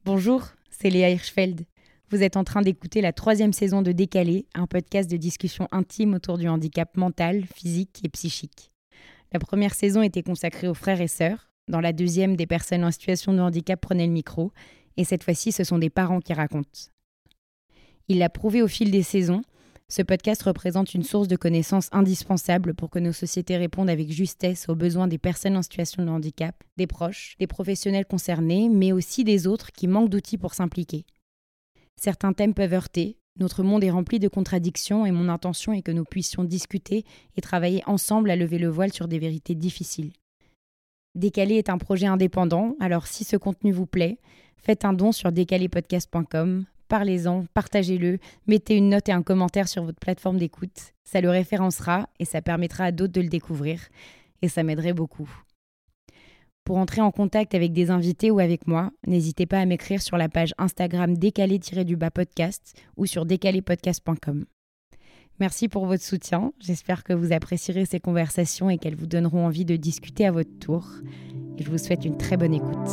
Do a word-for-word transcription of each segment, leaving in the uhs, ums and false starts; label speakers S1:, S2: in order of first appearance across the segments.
S1: Bonjour, c'est Léa Hirschfeld. Vous êtes en train d'écouter la troisième saison de Décalé, un podcast de discussion intime autour du handicap mental, physique et psychique. La première saison était consacrée aux frères et sœurs. Dans la deuxième, des personnes en situation de handicap prenaient le micro. Et cette fois-ci, ce sont des parents qui racontent. Il l'a prouvé au fil des saisons. Ce podcast représente une source de connaissances indispensable pour que nos sociétés répondent avec justesse aux besoins des personnes en situation de handicap, des proches, des professionnels concernés, mais aussi des autres qui manquent d'outils pour s'impliquer. Certains thèmes peuvent heurter, notre monde est rempli de contradictions et mon intention est que nous puissions discuter et travailler ensemble à lever le voile sur des vérités difficiles. Décalé est un projet indépendant, alors si ce contenu vous plaît, faites un don sur décalé podcast point com. Parlez-en, partagez-le, mettez une note et un commentaire sur votre plateforme d'écoute. Ça le référencera et ça permettra à d'autres de le découvrir. Et ça m'aiderait beaucoup. Pour entrer en contact avec des invités ou avec moi, n'hésitez pas à m'écrire sur la page Instagram décalé-du-bas podcast ou sur décalé podcast point com. Merci pour votre soutien. J'espère que vous apprécierez ces conversations et qu'elles vous donneront envie de discuter à votre tour. Et je vous souhaite une très bonne écoute.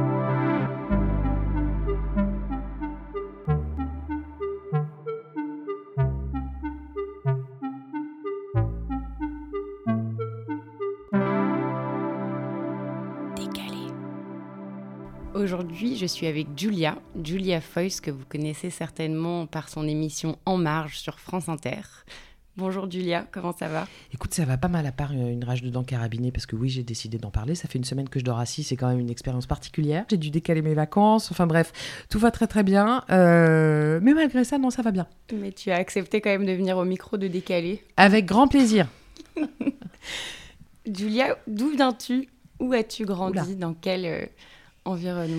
S1: Aujourd'hui, je suis avec Julia, Julia Foyce, que vous connaissez certainement par son émission En Marge sur France Inter. Bonjour Julia, comment ça va ?
S2: Écoute, ça va pas mal à part une rage de dents carabinée, parce que oui, j'ai décidé d'en parler. Ça fait une semaine que je dors assis, c'est quand même une expérience particulière. J'ai dû décaler mes vacances, enfin bref, tout va très très bien. Euh... Mais malgré ça, non, ça va bien.
S1: Mais tu as accepté quand même de venir au micro de Décalé.
S2: Avec grand plaisir.
S1: Julia, d'où viens-tu ? Où as-tu grandi ?
S2: Oula.
S1: Dans quel euh, environnement ?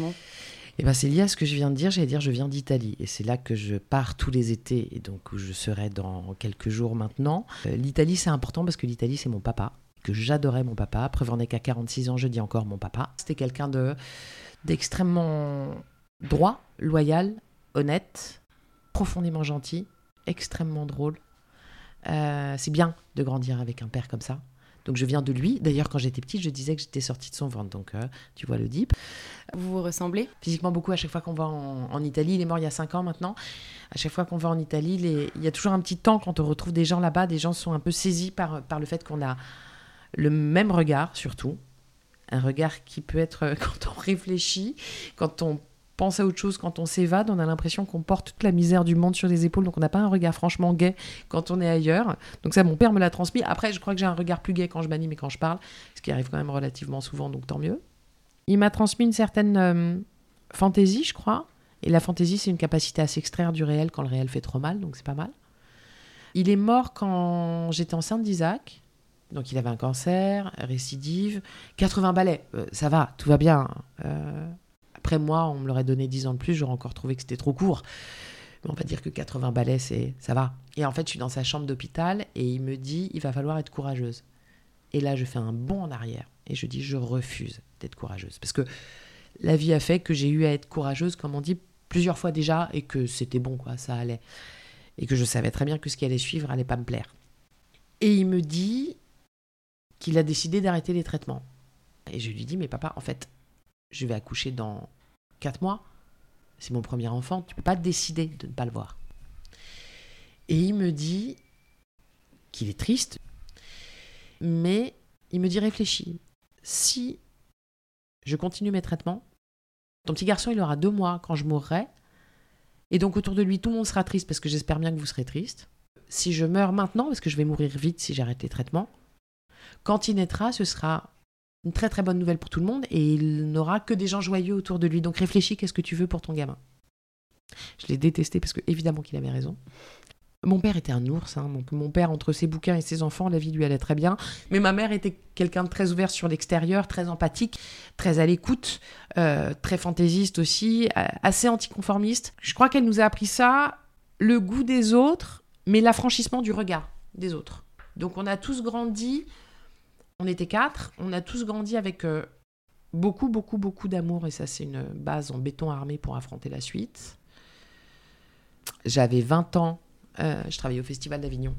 S2: Eh ben, c'est lié à ce que je viens de dire. J'allais dire, je viens d'Italie. Et c'est là que je pars tous les étés. Et donc, où je serai dans quelques jours maintenant. Euh, L'Italie, c'est important parce que l'Italie, c'est mon papa. Que j'adorais mon papa. Preuve en est qu'à quarante-six ans, je dis encore mon papa. C'était quelqu'un de, d'extrêmement droit, loyal, honnête, profondément gentil, extrêmement drôle. Euh, c'est bien de grandir avec un père comme ça. Donc je viens de lui. D'ailleurs, quand j'étais petite, je disais que j'étais sortie de son ventre. Donc euh, tu vois le deep.
S1: Vous vous ressemblez ?
S2: Physiquement beaucoup. À chaque fois qu'on va en, en Italie, il est mort il y a cinq ans maintenant. À chaque fois qu'on va en Italie, les... il y a toujours un petit temps quand on retrouve des gens là-bas. Des gens sont un peu saisis par, par le fait qu'on a le même regard, surtout. Un regard qui peut être, quand on réfléchit, quand on pense à autre chose, quand on s'évade, on a l'impression qu'on porte toute la misère du monde sur les épaules, donc on n'a pas un regard franchement gai quand on est ailleurs. Donc ça, mon père me l'a transmis. Après, je crois que j'ai un regard plus gai quand je m'anime et quand je parle, ce qui arrive quand même relativement souvent, donc tant mieux. Il m'a transmis une certaine euh, fantaisie, je crois. Et la fantaisie, c'est une capacité à s'extraire du réel quand le réel fait trop mal, donc c'est pas mal. Il est mort quand j'étais enceinte d'Isaac. Donc il avait un cancer, récidive, quatre-vingts balais, euh, ça va, tout va bien. Euh... Après moi, on me l'aurait donné dix ans de plus, j'aurais encore trouvé que c'était trop court. Mais on va dire que quatre-vingts balais, c'est, ça va. Et en fait, je suis dans sa chambre d'hôpital et il me dit, il va falloir être courageuse. Et là, je fais un bond en arrière et je dis, je refuse d'être courageuse. Parce que la vie a fait que j'ai eu à être courageuse, comme on dit, plusieurs fois déjà, et que c'était bon, quoi, ça allait. Et que je savais très bien que ce qui allait suivre allait pas me plaire. Et il me dit qu'il a décidé d'arrêter les traitements. Et je lui dis, mais papa, en fait, je vais accoucher dans quatre mois. C'est mon premier enfant. Tu ne peux pas décider de ne pas le voir. Et il me dit qu'il est triste, mais il me dit réfléchis. Si je continue mes traitements, ton petit garçon, il aura deux mois quand je mourrai. Et donc autour de lui, tout le monde sera triste parce que j'espère bien que vous serez triste. Si je meurs maintenant, parce que je vais mourir vite si j'arrête les traitements, quand il naîtra, ce sera une très très bonne nouvelle pour tout le monde et il n'aura que des gens joyeux autour de lui. Donc réfléchis, qu'est-ce que tu veux pour ton gamin ? Je l'ai détesté parce que évidemment qu'il avait raison. Mon père était un ours, hein. Donc mon père, entre ses bouquins et ses enfants, la vie lui allait très bien. Mais ma mère était quelqu'un de très ouvert sur l'extérieur, très empathique, très à l'écoute, euh, très fantaisiste aussi, euh, assez anticonformiste. Je crois qu'elle nous a appris ça, le goût des autres, mais l'affranchissement du regard des autres. Donc on a tous grandi... On était quatre, on a tous grandi avec euh, beaucoup, beaucoup, beaucoup d'amour. Et ça, c'est une base en béton armé pour affronter la suite. J'avais vingt ans, euh, je travaillais au Festival d'Avignon.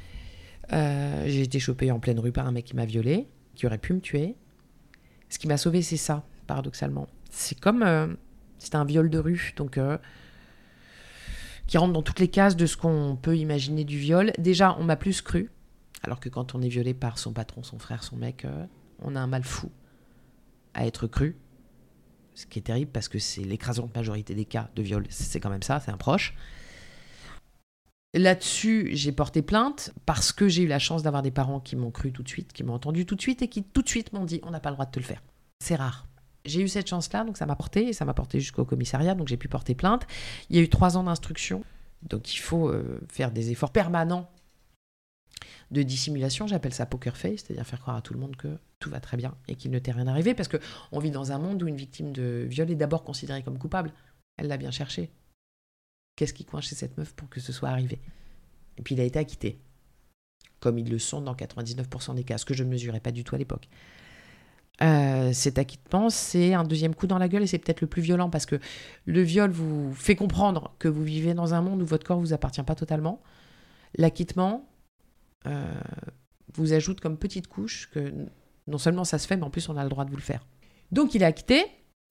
S2: Euh, j'ai été chopée en pleine rue par un mec qui m'a violée, qui aurait pu me tuer. Ce qui m'a sauvée, c'est ça, paradoxalement. C'est comme, euh, C'était un viol de rue, donc euh, qui rentre dans toutes les cases de ce qu'on peut imaginer du viol. Déjà, on m'a plus cru, alors que quand on est violé par son patron, son frère, son mec, euh, on a un mal fou à être cru. Ce qui est terrible parce que c'est l'écrasante majorité des cas de viol, c'est quand même ça, c'est un proche. Là-dessus, j'ai porté plainte parce que j'ai eu la chance d'avoir des parents qui m'ont cru tout de suite, qui m'ont entendu tout de suite et qui tout de suite m'ont dit « on n'a pas le droit de te le faire ». C'est rare. J'ai eu cette chance-là, donc ça m'a porté, et ça m'a porté jusqu'au commissariat, donc j'ai pu porter plainte. Il y a eu trois ans d'instruction, donc il faut euh, faire des efforts permanents de dissimulation, j'appelle ça poker face, c'est-à-dire faire croire à tout le monde que tout va très bien et qu'il ne t'est rien arrivé, parce qu'on vit dans un monde où une victime de viol est d'abord considérée comme coupable. Elle l'a bien cherché. Qu'est-ce qui coince chez cette meuf pour que ce soit arrivé ? Et puis il a été acquitté, comme ils le sont dans quatre-vingt-dix-neuf pour cent des cas, ce que je ne mesurais pas du tout à l'époque. Euh, cet acquittement, c'est un deuxième coup dans la gueule et c'est peut-être le plus violent parce que le viol vous fait comprendre que vous vivez dans un monde où votre corps ne vous appartient pas totalement. L'acquittement euh, vous ajoute comme petite couche que non seulement ça se fait, mais en plus on a le droit de vous le faire. Donc il est acquitté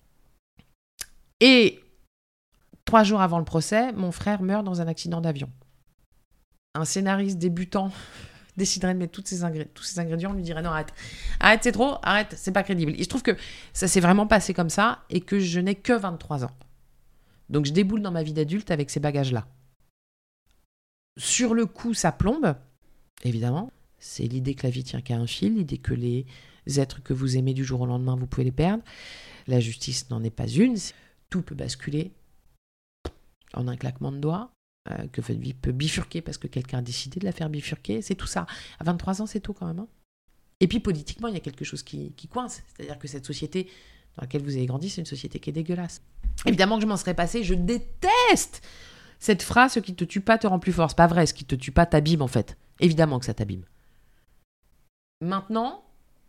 S2: et trois jours avant le procès, mon frère meurt dans un accident d'avion. Un scénariste débutant déciderait de mettre toutes ces ingré- tous ces ingrédients, on lui dirait non, arrête, arrête, c'est trop, arrête, c'est pas crédible. Il se trouve que ça s'est vraiment passé comme ça et que je n'ai que vingt-trois ans. Donc je déboule dans ma vie d'adulte avec ces bagages-là. Sur le coup, ça plombe, évidemment. C'est l'idée que la vie tient qu'à un fil, l'idée que les êtres que vous aimez du jour au lendemain, vous pouvez les perdre. La justice n'en est pas une. Tout peut basculer en un claquement de doigts. Euh, que votre vie peut bifurquer parce que quelqu'un a décidé de la faire bifurquer, c'est tout ça. À vingt-trois ans, c'est tôt quand même. Hein. Et puis politiquement, il y a quelque chose qui, qui coince. C'est-à-dire que cette société dans laquelle vous avez grandi, c'est une société qui est dégueulasse. Évidemment que je m'en serais passée, je déteste cette phrase « ce qui te tue pas te rend plus fort ». C'est pas vrai, ce qui te tue pas t'abîme en fait. Évidemment que ça t'abîme. Maintenant,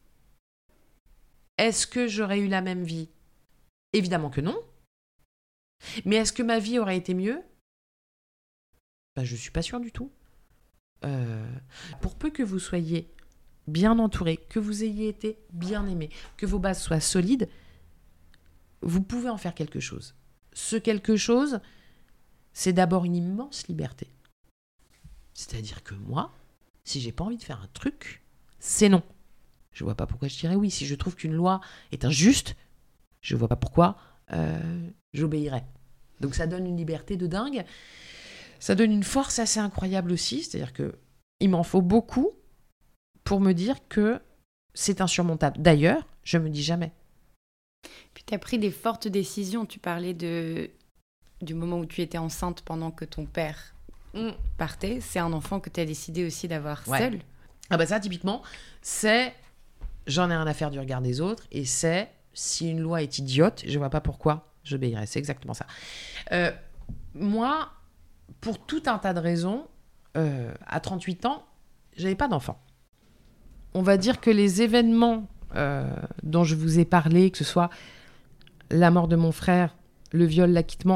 S2: est-ce que j'aurais eu la même vie ? Évidemment que non. Mais est-ce que ma vie aurait été mieux ? Ben, je ne suis pas sûre du tout. Euh, pour peu que vous soyez bien entouré, que vous ayez été bien aimé, que vos bases soient solides, vous pouvez en faire quelque chose. Ce quelque chose, c'est d'abord une immense liberté. C'est-à-dire que moi, si j'ai pas envie de faire un truc, c'est non. Je vois pas pourquoi je dirais oui. Si je trouve qu'une loi est injuste, je vois pas pourquoi euh, j'obéirais. Donc ça donne une liberté de dingue. Ça donne une force assez incroyable aussi, c'est-à-dire qu'il m'en faut beaucoup pour me dire que c'est insurmontable. D'ailleurs, je me dis jamais.
S1: Puis tu as pris des fortes décisions. Tu parlais de, du moment où tu étais enceinte pendant que ton père mm. partait. C'est un enfant que tu as décidé aussi d'avoir ouais. seul.
S2: Ah bah ça, typiquement, c'est j'en ai rien à faire du regard des autres et c'est si une loi est idiote, je vois pas pourquoi j'obéirais. C'est exactement ça. Euh, moi... Pour tout un tas de raisons, euh, à trente-huit ans, j'avais pas d'enfant. On va dire que les événements euh, dont je vous ai parlé, que ce soit la mort de mon frère, le viol, l'acquittement,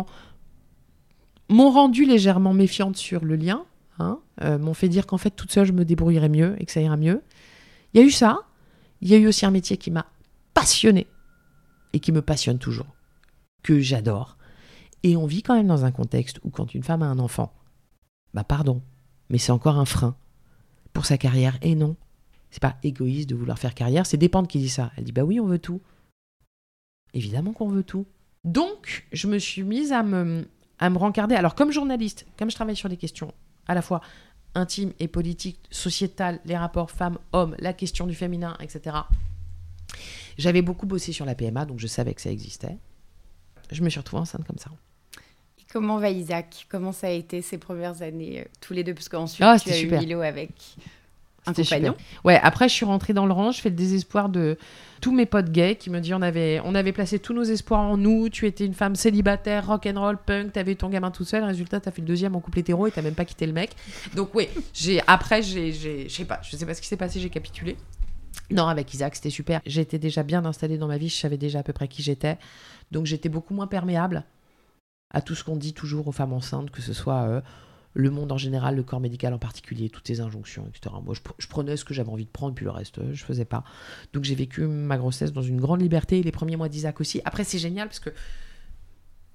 S2: m'ont rendu légèrement méfiante sur le lien, hein, euh, m'ont fait dire qu'en fait, toute seule, je me débrouillerais mieux et que ça ira mieux. Il y a eu ça. Il y a eu aussi un métier qui m'a passionnée et qui me passionne toujours, que j'adore. Et on vit quand même dans un contexte où quand une femme a un enfant, bah pardon, mais c'est encore un frein pour sa carrière. Et non, c'est pas égoïste de vouloir faire carrière, c'est Dépendre qui dit ça. Elle dit bah oui, on veut tout. Évidemment qu'on veut tout. Donc, je me suis mise à me, à me rencarder. Alors, comme journaliste, comme je travaille sur des questions à la fois intimes et politiques, sociétales, les rapports femmes-hommes, la question du féminin, et cetera. J'avais beaucoup bossé sur la P M A, donc je savais que ça existait. Je me suis retrouvée enceinte comme ça.
S1: Et comment va Isaac ? Comment ça a été ces premières années, euh, tous les deux ? Parce qu'ensuite,
S2: ah,
S1: tu as
S2: super.
S1: eu Milo avec un
S2: c'était
S1: compagnon.
S2: Super. Ouais, après, je suis rentrée dans le rang. Je fais le désespoir de tous mes potes gays qui me disent on avait, on avait placé tous nos espoirs en nous. Tu étais une femme célibataire, rock'n'roll, punk. T'avais eu ton gamin tout seul. Résultat, t'as fait le deuxième en couple hétéro et t'as même pas quitté le mec. Donc, oui, j'ai, après, j'ai, j'ai, je sais pas, je sais pas ce qui s'est passé. J'ai capitulé. Non, avec Isaac, c'était super. J'étais déjà bien installée dans ma vie. Je savais déjà à peu près qui j'étais. Donc, j'étais beaucoup moins perméable à tout ce qu'on dit toujours aux femmes enceintes, que ce soit euh, le monde en général, le corps médical en particulier, toutes ces injonctions, et cetera. Moi, je, je prenais ce que j'avais envie de prendre, puis le reste, euh, je faisais pas. Donc, j'ai vécu ma grossesse dans une grande liberté, et les premiers mois d'Isaac aussi. Après, c'est génial, parce que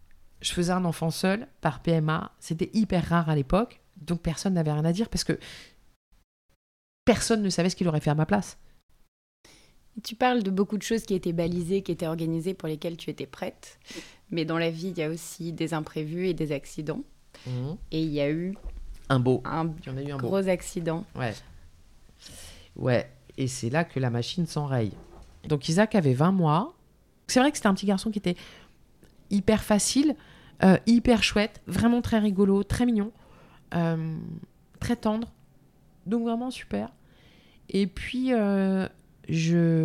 S2: je faisais un enfant seul par P M A. C'était hyper rare à l'époque. Donc personne n'avait rien à dire parce que personne ne savait ce qu'il aurait fait à ma place.
S1: Tu parles de beaucoup de choses qui étaient balisées, qui étaient organisées, pour lesquelles tu étais prête. Mais dans la vie, il y a aussi des imprévus et des accidents.
S2: Mmh.
S1: Et il y a eu
S2: un beau.
S1: un,
S2: Il y en a eu un
S1: gros
S2: beau.
S1: accident.
S2: Ouais. Ouais. Et c'est là que la machine s'enraye. Donc Isaac avait vingt mois. C'est vrai que c'était un petit garçon qui était hyper facile, euh, hyper chouette, vraiment très rigolo, très mignon, euh, très tendre. Donc vraiment super. Et puis... Euh, Je...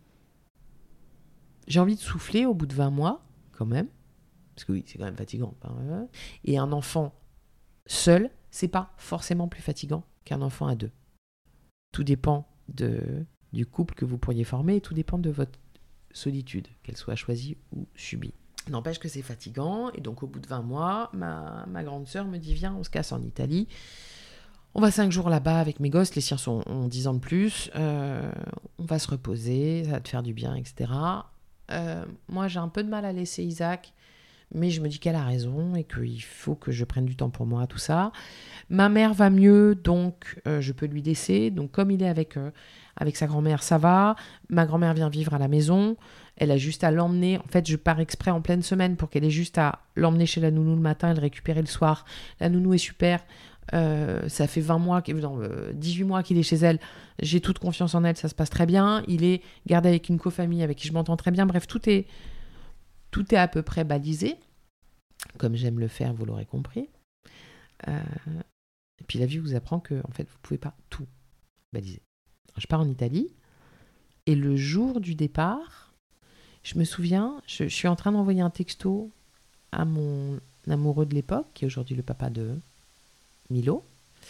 S2: j'ai envie de souffler au bout de vingt mois, quand même. Parce que oui, c'est quand même fatigant. Et un enfant seul, c'est pas forcément plus fatigant qu'un enfant à deux. Tout dépend de, du couple que vous pourriez former et tout dépend de votre solitude, qu'elle soit choisie ou subie. N'empêche que c'est fatigant. Et donc, au bout de vingt mois, ma, ma grande sœur me dit « Viens, on se casse en Italie. » On va cinq jours là-bas avec mes gosses, les siens sont, ont dix ans de plus, euh, on va se reposer, ça va te faire du bien, et cetera. Euh, moi, j'ai un peu de mal à laisser Isaac, mais je me dis qu'elle a raison et qu'il faut que je prenne du temps pour moi, tout ça. Ma mère va mieux, donc euh, je peux lui laisser. Donc comme il est avec, euh, avec sa grand-mère, ça va. Ma grand-mère vient vivre à la maison. Elle a juste à l'emmener. En fait, je pars exprès en pleine semaine pour qu'elle ait juste à l'emmener chez la nounou le matin et le récupérer le soir. La nounou est super. Euh, ça fait vingt mois, non, euh, dix-huit mois qu'il est chez elle. J'ai toute confiance en elle, ça se passe très bien. Il est gardé avec une cofamille avec qui je m'entends très bien. Bref, tout est, tout est à peu près balisé, comme j'aime le faire, vous l'aurez compris. Euh, et puis la vie vous apprend que en fait, vous ne pouvez pas tout baliser. Alors, je pars en Italie et le jour du départ, je me souviens, je, je suis en train d'envoyer un texto à mon amoureux de l'époque, qui est aujourd'hui le papa de Milo.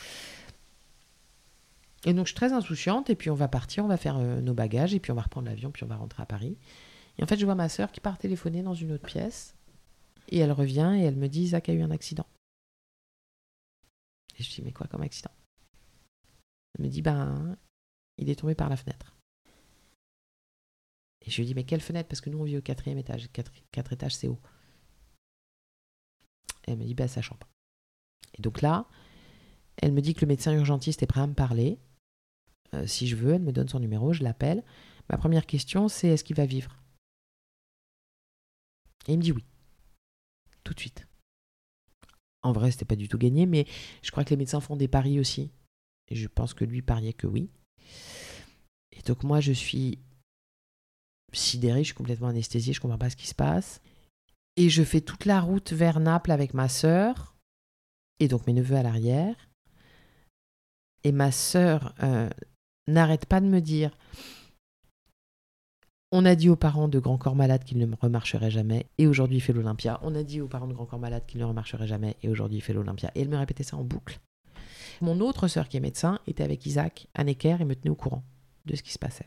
S2: Et donc je suis très insouciante et puis on va partir, on va faire euh, nos bagages et puis on va reprendre l'avion puis on va rentrer à Paris. Et en fait je vois ma sœur qui part téléphoner dans une autre pièce et elle revient et elle me dit Isaac a eu un accident. Et je dis mais quoi comme accident? Elle me dit ben il est tombé par la fenêtre. Et je lui dis mais quelle fenêtre? Parce que nous on vit au quatrième étage, quatre, quatre étages c'est haut. Et elle me dit ben sa chambre. Et donc là elle me dit que le médecin urgentiste est prêt à me parler. Euh, si je veux, elle me donne son numéro, je l'appelle. Ma première question, c'est est-ce qu'il va vivre? Et il me dit oui. Tout de suite. En vrai, c'était pas du tout gagné, mais je crois que les médecins font des paris aussi. Et je pense que lui pariait que oui. Et donc moi, je suis sidérée, je suis complètement anesthésiée, je comprends pas ce qui se passe. Et je fais toute la route vers Naples avec ma sœur, et donc mes neveux à l'arrière. Et ma sœur euh, n'arrête pas de me dire on a dit aux parents de Grand Corps Malade qu'il ne remarcherait jamais, et aujourd'hui il fait l'Olympia. On a dit aux parents de Grand Corps Malade qu'il ne remarcherait jamais, et aujourd'hui il fait l'Olympia. Et elle me répétait ça en boucle. Mon autre sœur qui est médecin était avec Isaac à Necker et me tenait au courant de ce qui se passait.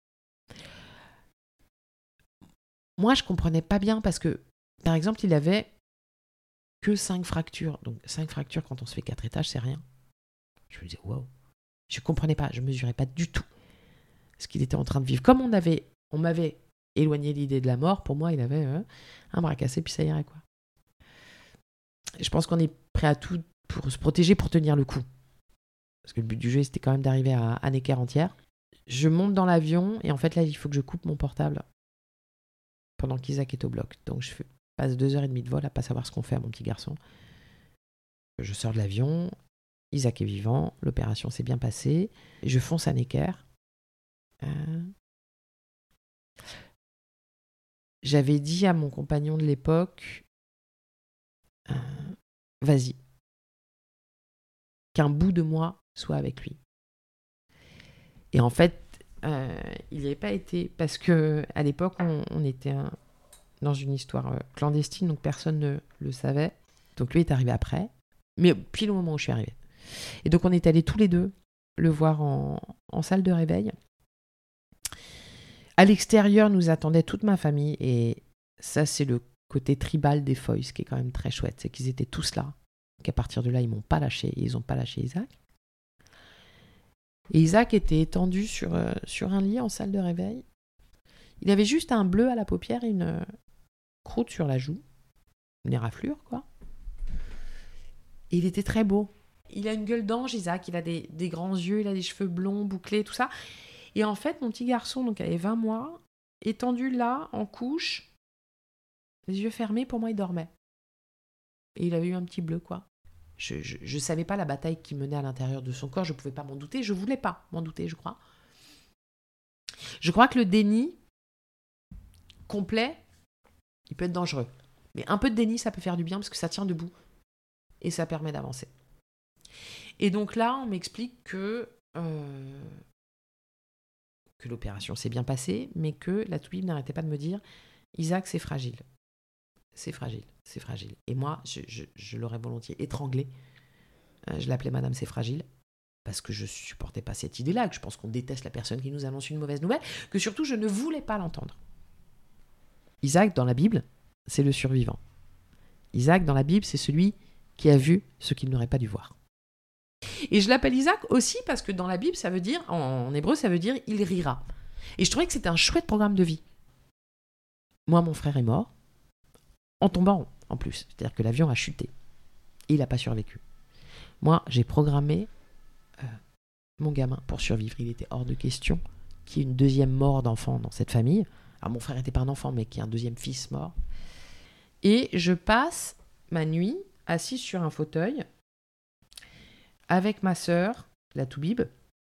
S2: Moi je comprenais pas bien parce que, par exemple, il avait que cinq fractures. Donc cinq fractures quand on se fait quatre étages, c'est rien. Je me disais, waouh. Je ne comprenais pas, je ne mesurais pas du tout ce qu'il était en train de vivre. Comme on, avait, on m'avait éloigné l'idée de la mort, pour moi, il avait euh, un bras cassé, puis ça irait, quoi. Et je pense qu'on est prêt à tout pour se protéger, pour tenir le coup. Parce que le but du jeu, c'était quand même d'arriver à, à Necker entière. Je monte dans l'avion, et en fait, là, il faut que je coupe mon portable pendant qu'Isaac est au bloc. Donc, je fais, passe deux heures et demie de vol à pas savoir ce qu'on fait à mon petit garçon. Je sors de l'avion... Isaac est vivant, l'opération s'est bien passée. Je fonce à Necker. Euh... J'avais dit à mon compagnon de l'époque, euh, vas-y, qu'un bout de moi soit avec lui. Et en fait, euh, il n'y avait pas été, parce que à l'époque, on, on était un, dans une histoire euh, clandestine, donc personne ne le savait. Donc lui est arrivé après, mais pile au moment où je suis arrivée. Et donc on est allés tous les deux le voir en, en salle de réveil. À l'extérieur nous attendait toute ma famille et ça c'est le côté tribal des Foyce qui est quand même très chouette, c'est qu'ils étaient tous là. Qu'à partir de là ils m'ont pas lâché et ils n'ont pas lâché Isaac. Et Isaac était étendu sur, euh, sur un lit en salle de réveil. Il avait juste un bleu à la paupière et une euh, croûte sur la joue. une éraflure, quoi. Et il était très beau. Il a une gueule d'ange, Isaac. Il a des, des grands yeux, il a des cheveux blonds, bouclés, tout ça. Et en fait, mon petit garçon, donc avait vingt mois, étendu là, en couche, les yeux fermés, pour moi, il dormait. Et il avait eu un petit bleu, quoi. Je ne savais pas la bataille qui menait à l'intérieur de son corps. Je ne pouvais pas m'en douter. Je ne voulais pas m'en douter, je crois. Je crois que le déni complet, il peut être dangereux. Mais un peu de déni, ça peut faire du bien parce que ça tient debout. Et ça permet d'avancer. Et donc là, on m'explique que, euh, que l'opération s'est bien passée, mais que la toubib n'arrêtait pas de me dire « Isaac, c'est fragile. C'est fragile, c'est fragile. » Et moi, je, je, je l'aurais volontiers étranglé. Euh, je l'appelais Madame, c'est fragile. Parce que je ne supportais pas cette idée-là, que je pense qu'on déteste la personne qui nous annonce une mauvaise nouvelle, que surtout, je ne voulais pas l'entendre. Isaac, dans la Bible, c'est le survivant. Isaac, dans la Bible, c'est celui qui a vu ce qu'il n'aurait pas dû voir. Et je l'appelle Isaac aussi parce que dans la Bible, ça veut dire, en, en hébreu, ça veut dire « il rira ». Et je trouvais que c'était un chouette programme de vie. Moi, mon frère est mort, en tombant en plus. C'est-à-dire que l'avion a chuté. Et il n'a pas survécu. Moi, j'ai programmé euh, mon gamin pour survivre. Il était hors de question qu'il y ait une deuxième mort d'enfant dans cette famille. Alors, mon frère n'était pas un enfant, mais qu'il y ait un deuxième fils mort. Et je passe ma nuit assise sur un fauteuil avec ma sœur, la toubib,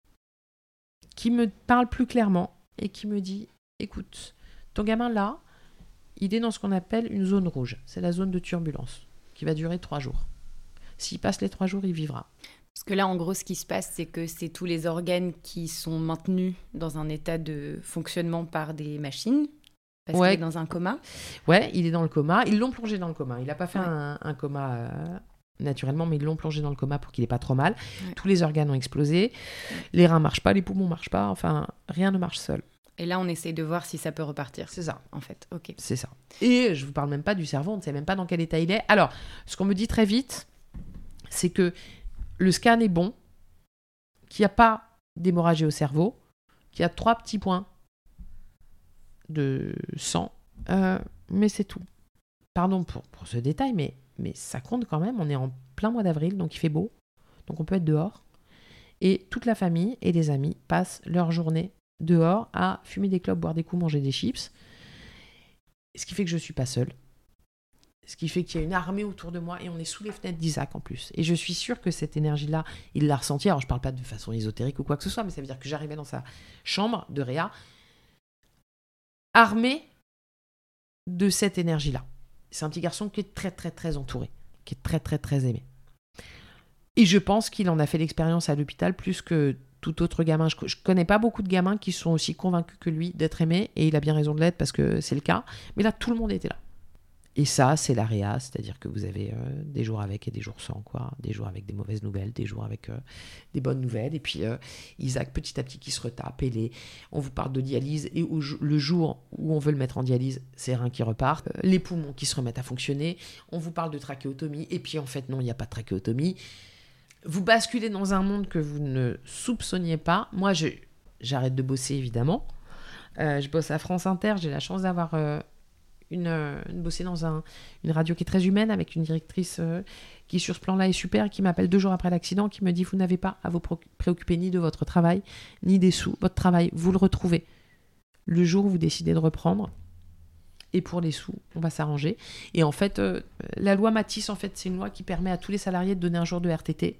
S2: qui me parle plus clairement et qui me dit « Écoute, ton gamin là, il est dans ce qu'on appelle une zone rouge. C'est la zone de turbulence qui va durer trois jours. S'il passe les trois jours, il vivra. »
S1: Parce que là, en gros, ce qui se passe, c'est que c'est tous les organes qui sont maintenus dans un état de fonctionnement par des machines. Parce
S2: ouais.
S1: qu'il est dans un coma.
S2: Ouais, il est dans le coma. Ils l'ont plongé dans le coma. Il n'a pas fait
S1: ouais.
S2: un, un coma euh, naturellement, mais ils l'ont plongé dans le coma pour qu'il n'ait pas trop mal.
S1: Ouais.
S2: Tous les organes ont explosé. Les reins ne marchent pas, les poumons ne marchent pas. Enfin, rien ne marche seul.
S1: Et là, on essaye de voir si ça peut repartir.
S2: C'est ça.
S1: En fait, ok.
S2: C'est ça. Et je ne vous parle même pas du cerveau. On ne sait même pas dans quel état il est. Alors, ce qu'on me dit très vite, c'est que le scan est bon, qu'il n'y a pas d'hémorragie au cerveau, qu'il y a trois petits points de sang, euh, mais c'est tout. Pardon pour, pour ce détail, mais, mais ça compte quand même. On est en plein mois d'avril, donc il fait beau, donc on peut être dehors. Et toute la famille et les amis passent leur journée dehors à fumer des clopes, boire des coups, manger des chips. Ce qui fait que je ne suis pas seule. Ce qui fait qu'il y a une armée autour de moi et on est sous les fenêtres d'Isaac en plus. Et je suis sûre que cette énergie-là, il l'a ressentie. Alors je ne parle pas de façon ésotérique ou quoi que ce soit, mais ça veut dire que j'arrivais dans sa chambre de Réa, armé de cette énergie-là. C'est un petit garçon qui est très, très, très entouré, qui est très, très, très aimé. Et je pense qu'il en a fait l'expérience à l'hôpital plus que tout autre gamin. Je ne connais pas beaucoup de gamins qui sont aussi convaincus que lui d'être aimé, et il a bien raison de l'être parce que c'est le cas. Mais là, tout le monde était là. Et ça, c'est la réa, c'est-à-dire que vous avez euh, des jours avec et des jours sans, quoi. Des jours avec des mauvaises nouvelles, des jours avec euh, des bonnes nouvelles. Et puis, euh, Isaac, petit à petit, qui se retape. Et les... on vous parle de dialyse. Et au, le jour où on veut le mettre en dialyse, c'est reins qui repartent. Euh, les poumons qui se remettent à fonctionner. On vous parle de trachéotomie. Et puis, en fait, non, il n'y a pas de trachéotomie. Vous basculez dans un monde que vous ne soupçonniez pas. Moi, je, j'arrête de bosser, évidemment. Euh, je bosse à France Inter. J'ai la chance d'avoir... Euh, Une, une bosser dans un, une radio qui est très humaine, avec une directrice euh, qui sur ce plan-là est super, qui m'appelle deux jours après l'accident, qui me dit « Vous n'avez pas à vous préoccuper ni de votre travail, ni des sous. Votre travail, vous le retrouvez le jour où vous décidez de reprendre. Et pour les sous, on va s'arranger. » Et en fait, euh, la loi Matisse, en fait, c'est une loi qui permet à tous les salariés de donner un jour de R T T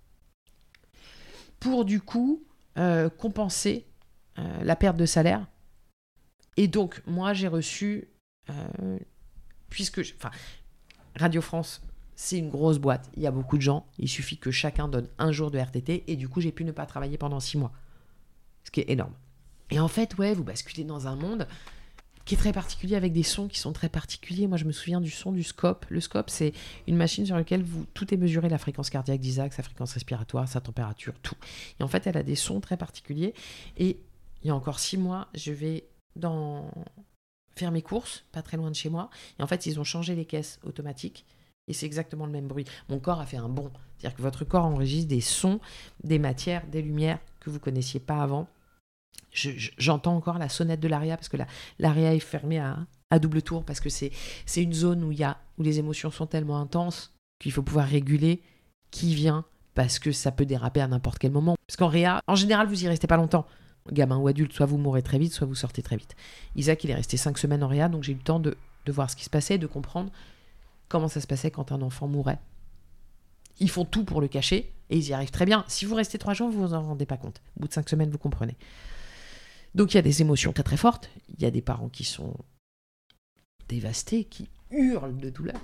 S2: pour, du coup, euh, compenser euh, la perte de salaire. Et donc, moi, j'ai reçu... Euh, puisque enfin, Radio France, c'est une grosse boîte, il y a beaucoup de gens, il suffit que chacun donne un jour de R T T et du coup j'ai pu ne pas travailler pendant six mois, ce qui est énorme. Et en fait, ouais, vous basculez dans un monde qui est très particulier, avec des sons qui sont très particuliers. Moi je me souviens du son du scope. Le scope, c'est une machine sur laquelle vous, tout est mesuré, la fréquence cardiaque d'Isaac, sa fréquence respiratoire, sa température, tout. Et en fait elle a des sons très particuliers. Et il y a encore six mois, je vais dans... faire mes courses, pas très loin de chez moi. Et en fait, ils ont changé les caisses automatiques. Et c'est exactement le même bruit. Mon corps a fait un bond. C'est-à-dire que votre corps enregistre des sons, des matières, des lumières que vous ne connaissiez pas avant. Je, je, j'entends encore la sonnette de l'A R E A, parce que la, l'A R E A est fermée à, à double tour parce que c'est, c'est une zone où, y a, où les émotions sont tellement intenses qu'il faut pouvoir réguler qui vient parce que ça peut déraper à n'importe quel moment. Parce qu'en réa, en général, vous y restez pas longtemps. Gamin ou adulte, soit vous mourrez très vite, soit vous sortez très vite. Isaac, il est resté cinq semaines en réa, donc j'ai eu le temps de, de voir ce qui se passait, de comprendre comment ça se passait quand un enfant mourait. Ils font tout pour le cacher et ils y arrivent très bien. Si vous restez trois jours, vous vous en rendez pas compte. Au bout de cinq semaines, vous comprenez. Donc il y a des émotions très très fortes. Il y a des parents qui sont dévastés, qui hurlent de douleur.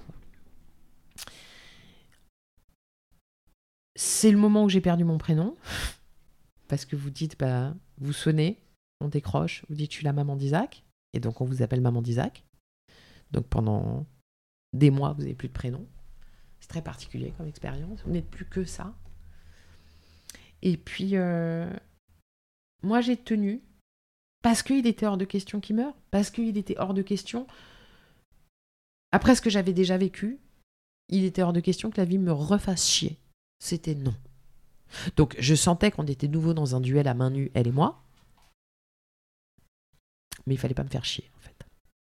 S2: C'est le moment où j'ai perdu mon prénom. Parce que vous dites, bah, vous sonnez, on décroche, vous dites, je suis la maman d'Isaac. Et donc on vous appelle maman d'Isaac. Donc pendant des mois, vous n'avez plus de prénom. C'est très particulier comme expérience. Vous n'êtes plus que ça. Et puis, euh, moi, j'ai tenu parce qu'il était hors de question qu'il meure, parce qu'il était hors de question, après ce que j'avais déjà vécu, il était hors de question que la vie me refasse chier. C'était non. Donc, je sentais qu'on était nouveau dans un duel à main nue, elle et moi. Mais il fallait pas me faire chier, en fait.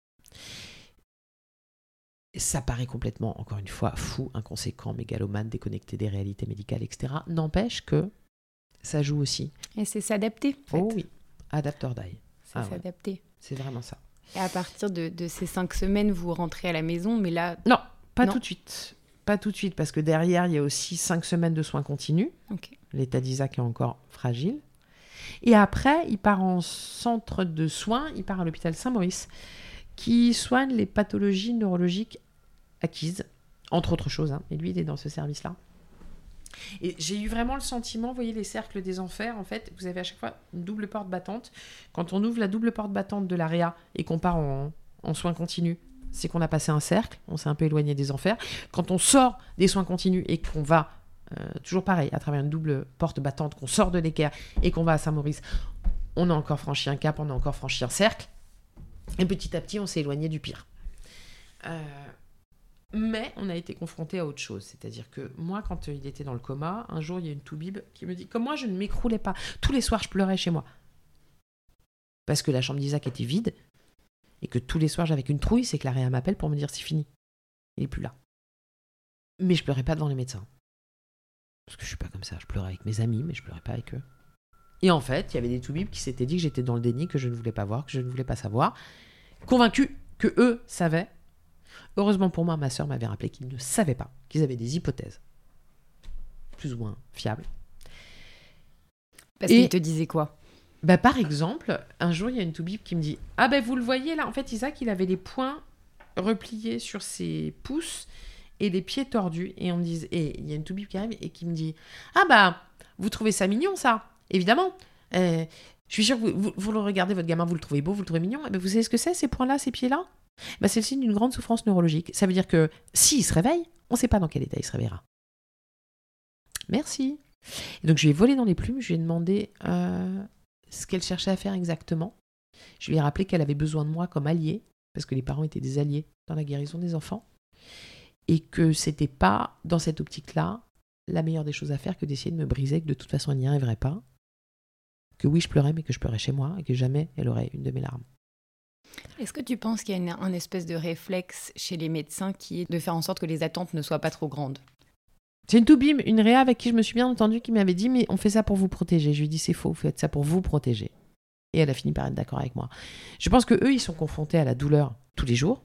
S2: Ça paraît complètement, encore une fois, fou, inconséquent, mégalomane, déconnecté des réalités médicales, et cetera. N'empêche que ça joue aussi.
S1: Et c'est s'adapter, en fait.
S2: Oh oui, adapt or die.
S1: C'est ah s'adapter. Ouais.
S2: C'est vraiment ça.
S1: Et à partir de, de ces cinq semaines, vous rentrez à la maison, mais là...
S2: Non, pas
S1: non.
S2: tout de suite. Pas tout de suite, parce que derrière, il y a aussi cinq semaines de soins continus.
S1: Okay.
S2: L'état d'Isaac est encore fragile. Et après, il part en centre de soins, il part à l'hôpital Saint-Maurice, qui soigne les pathologies neurologiques acquises, entre autres choses. Hein. Et lui, il est dans ce service-là. Et j'ai eu vraiment le sentiment, vous voyez les cercles des enfers, en fait, vous avez à chaque fois une double porte battante. Quand on ouvre la double porte battante de la réa et qu'on part en, en soins continus, c'est qu'on a passé un cercle, on s'est un peu éloigné des enfers. Quand on sort des soins continus et qu'on va, euh, toujours pareil, à travers une double porte battante, qu'on sort de l'équerre et qu'on va à Saint-Maurice, on a encore franchi un cap, on a encore franchi un cercle. Et petit à petit, on s'est éloigné du pire. Euh... Mais on a été confronté à autre chose. C'est-à-dire que moi, quand il était dans le coma, un jour, il y a une toubib qui me dit « Comme moi, je ne m'écroulais pas. Tous les soirs, je pleurais chez moi. » Parce que la chambre d'Isaac était vide et que tous les soirs, j'avais qu'une trouille, c'est que la réa m'appelle pour me dire « C'est fini. Il n'est plus là. » Mais je pleurais pas devant les médecins. Parce que je suis pas comme ça. Je pleurais avec mes amis, mais je pleurais pas avec eux. Et en fait, il y avait des toubibs qui s'étaient dit que j'étais dans le déni, que je ne voulais pas voir, que je ne voulais pas savoir. Convaincus que eux savaient. Heureusement pour moi, ma sœur m'avait rappelé qu'ils ne savaient pas, qu'ils avaient des hypothèses plus ou moins fiables.
S1: Parce qu'ils te disaient quoi ?
S2: Bah, par exemple, un jour, il y a une toubib qui me dit « Ah ben, vous le voyez là, en fait, Isaac, il avait les poings repliés sur ses pouces et les pieds tordus. » Et on me dit, et il y a une toubib qui arrive et qui me dit « Ah bah, vous trouvez ça mignon, ça ? Évidemment. Euh, je suis sûre que vous, vous, vous le regardez, votre gamin, vous le trouvez beau, vous le trouvez mignon. Eh ben, vous savez ce que c'est, ces poings-là, ces pieds-là ? Bah, c'est le signe d'une grande souffrance neurologique. Ça veut dire que s'il se réveille, on ne sait pas dans quel état il se réveillera. » Merci. Et donc, je lui ai volé dans les plumes, je lui ai demandé euh, ce qu'elle cherchait à faire exactement. Je lui ai rappelé qu'elle avait besoin de moi comme allié, parce que les parents étaient des alliés dans la guérison des enfants, et que c'était pas, dans cette optique-là, la meilleure des choses à faire que d'essayer de me briser, que de toute façon, elle n'y arriverait pas. Que oui, je pleurais, mais que je pleurais chez moi, et que jamais elle aurait une de mes larmes.
S1: Est-ce que tu penses qu'il y a une, un espèce de réflexe chez les médecins qui est de faire en sorte que les attentes ne soient pas trop grandes ?
S2: C'est une toubib, une réa avec qui je me suis bien entendue, qui m'avait dit « Mais on fait ça pour vous protéger. » Je lui ai dit « C'est faux, vous faites ça pour vous protéger. » Et elle a fini par être d'accord avec moi. Je pense qu'eux, ils sont confrontés à la douleur tous les jours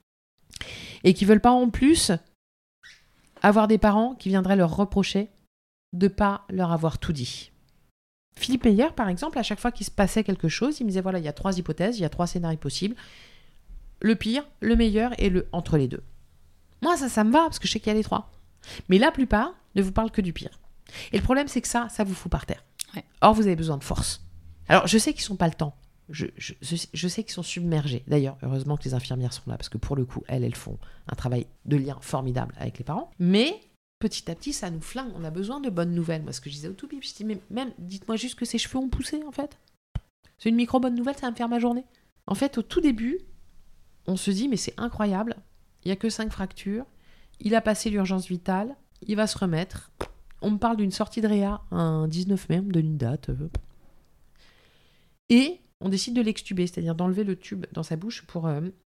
S2: et qu'ils ne veulent pas en plus avoir des parents qui viendraient leur reprocher de ne pas leur avoir tout dit. Philippe Meyer, par exemple, à chaque fois qu'il se passait quelque chose, il me disait, voilà, il y a trois hypothèses, il y a trois scénarios possibles. Le pire, le meilleur et le entre les deux. Moi, ça, ça me va, parce que je sais qu'il y a les trois. Mais la plupart ne vous parlent que du pire. Et le problème, c'est que ça, ça vous fout par terre. Ouais. Or, vous avez besoin de force. Alors, je sais qu'ils n'ont pas le temps. Je, je, je sais qu'ils sont submergés. D'ailleurs, heureusement que les infirmières sont là, parce que pour le coup, elles, elles font un travail de lien formidable avec les parents. Mais... petit à petit, ça nous flingue. On a besoin de bonnes nouvelles. Moi, ce que je disais au toubib, je dis, mais même, dites-moi juste que ses cheveux ont poussé, en fait. C'est une micro-bonne nouvelle, ça va me faire ma journée. En fait, au tout début, on se dit, mais c'est incroyable. Il n'y a que cinq fractures. Il a passé l'urgence vitale. Il va se remettre. On me parle d'une sortie de réa un dix-neuf mai, on me donne une date. Et on décide de l'extuber, c'est-à-dire d'enlever le tube dans sa bouche pour euh,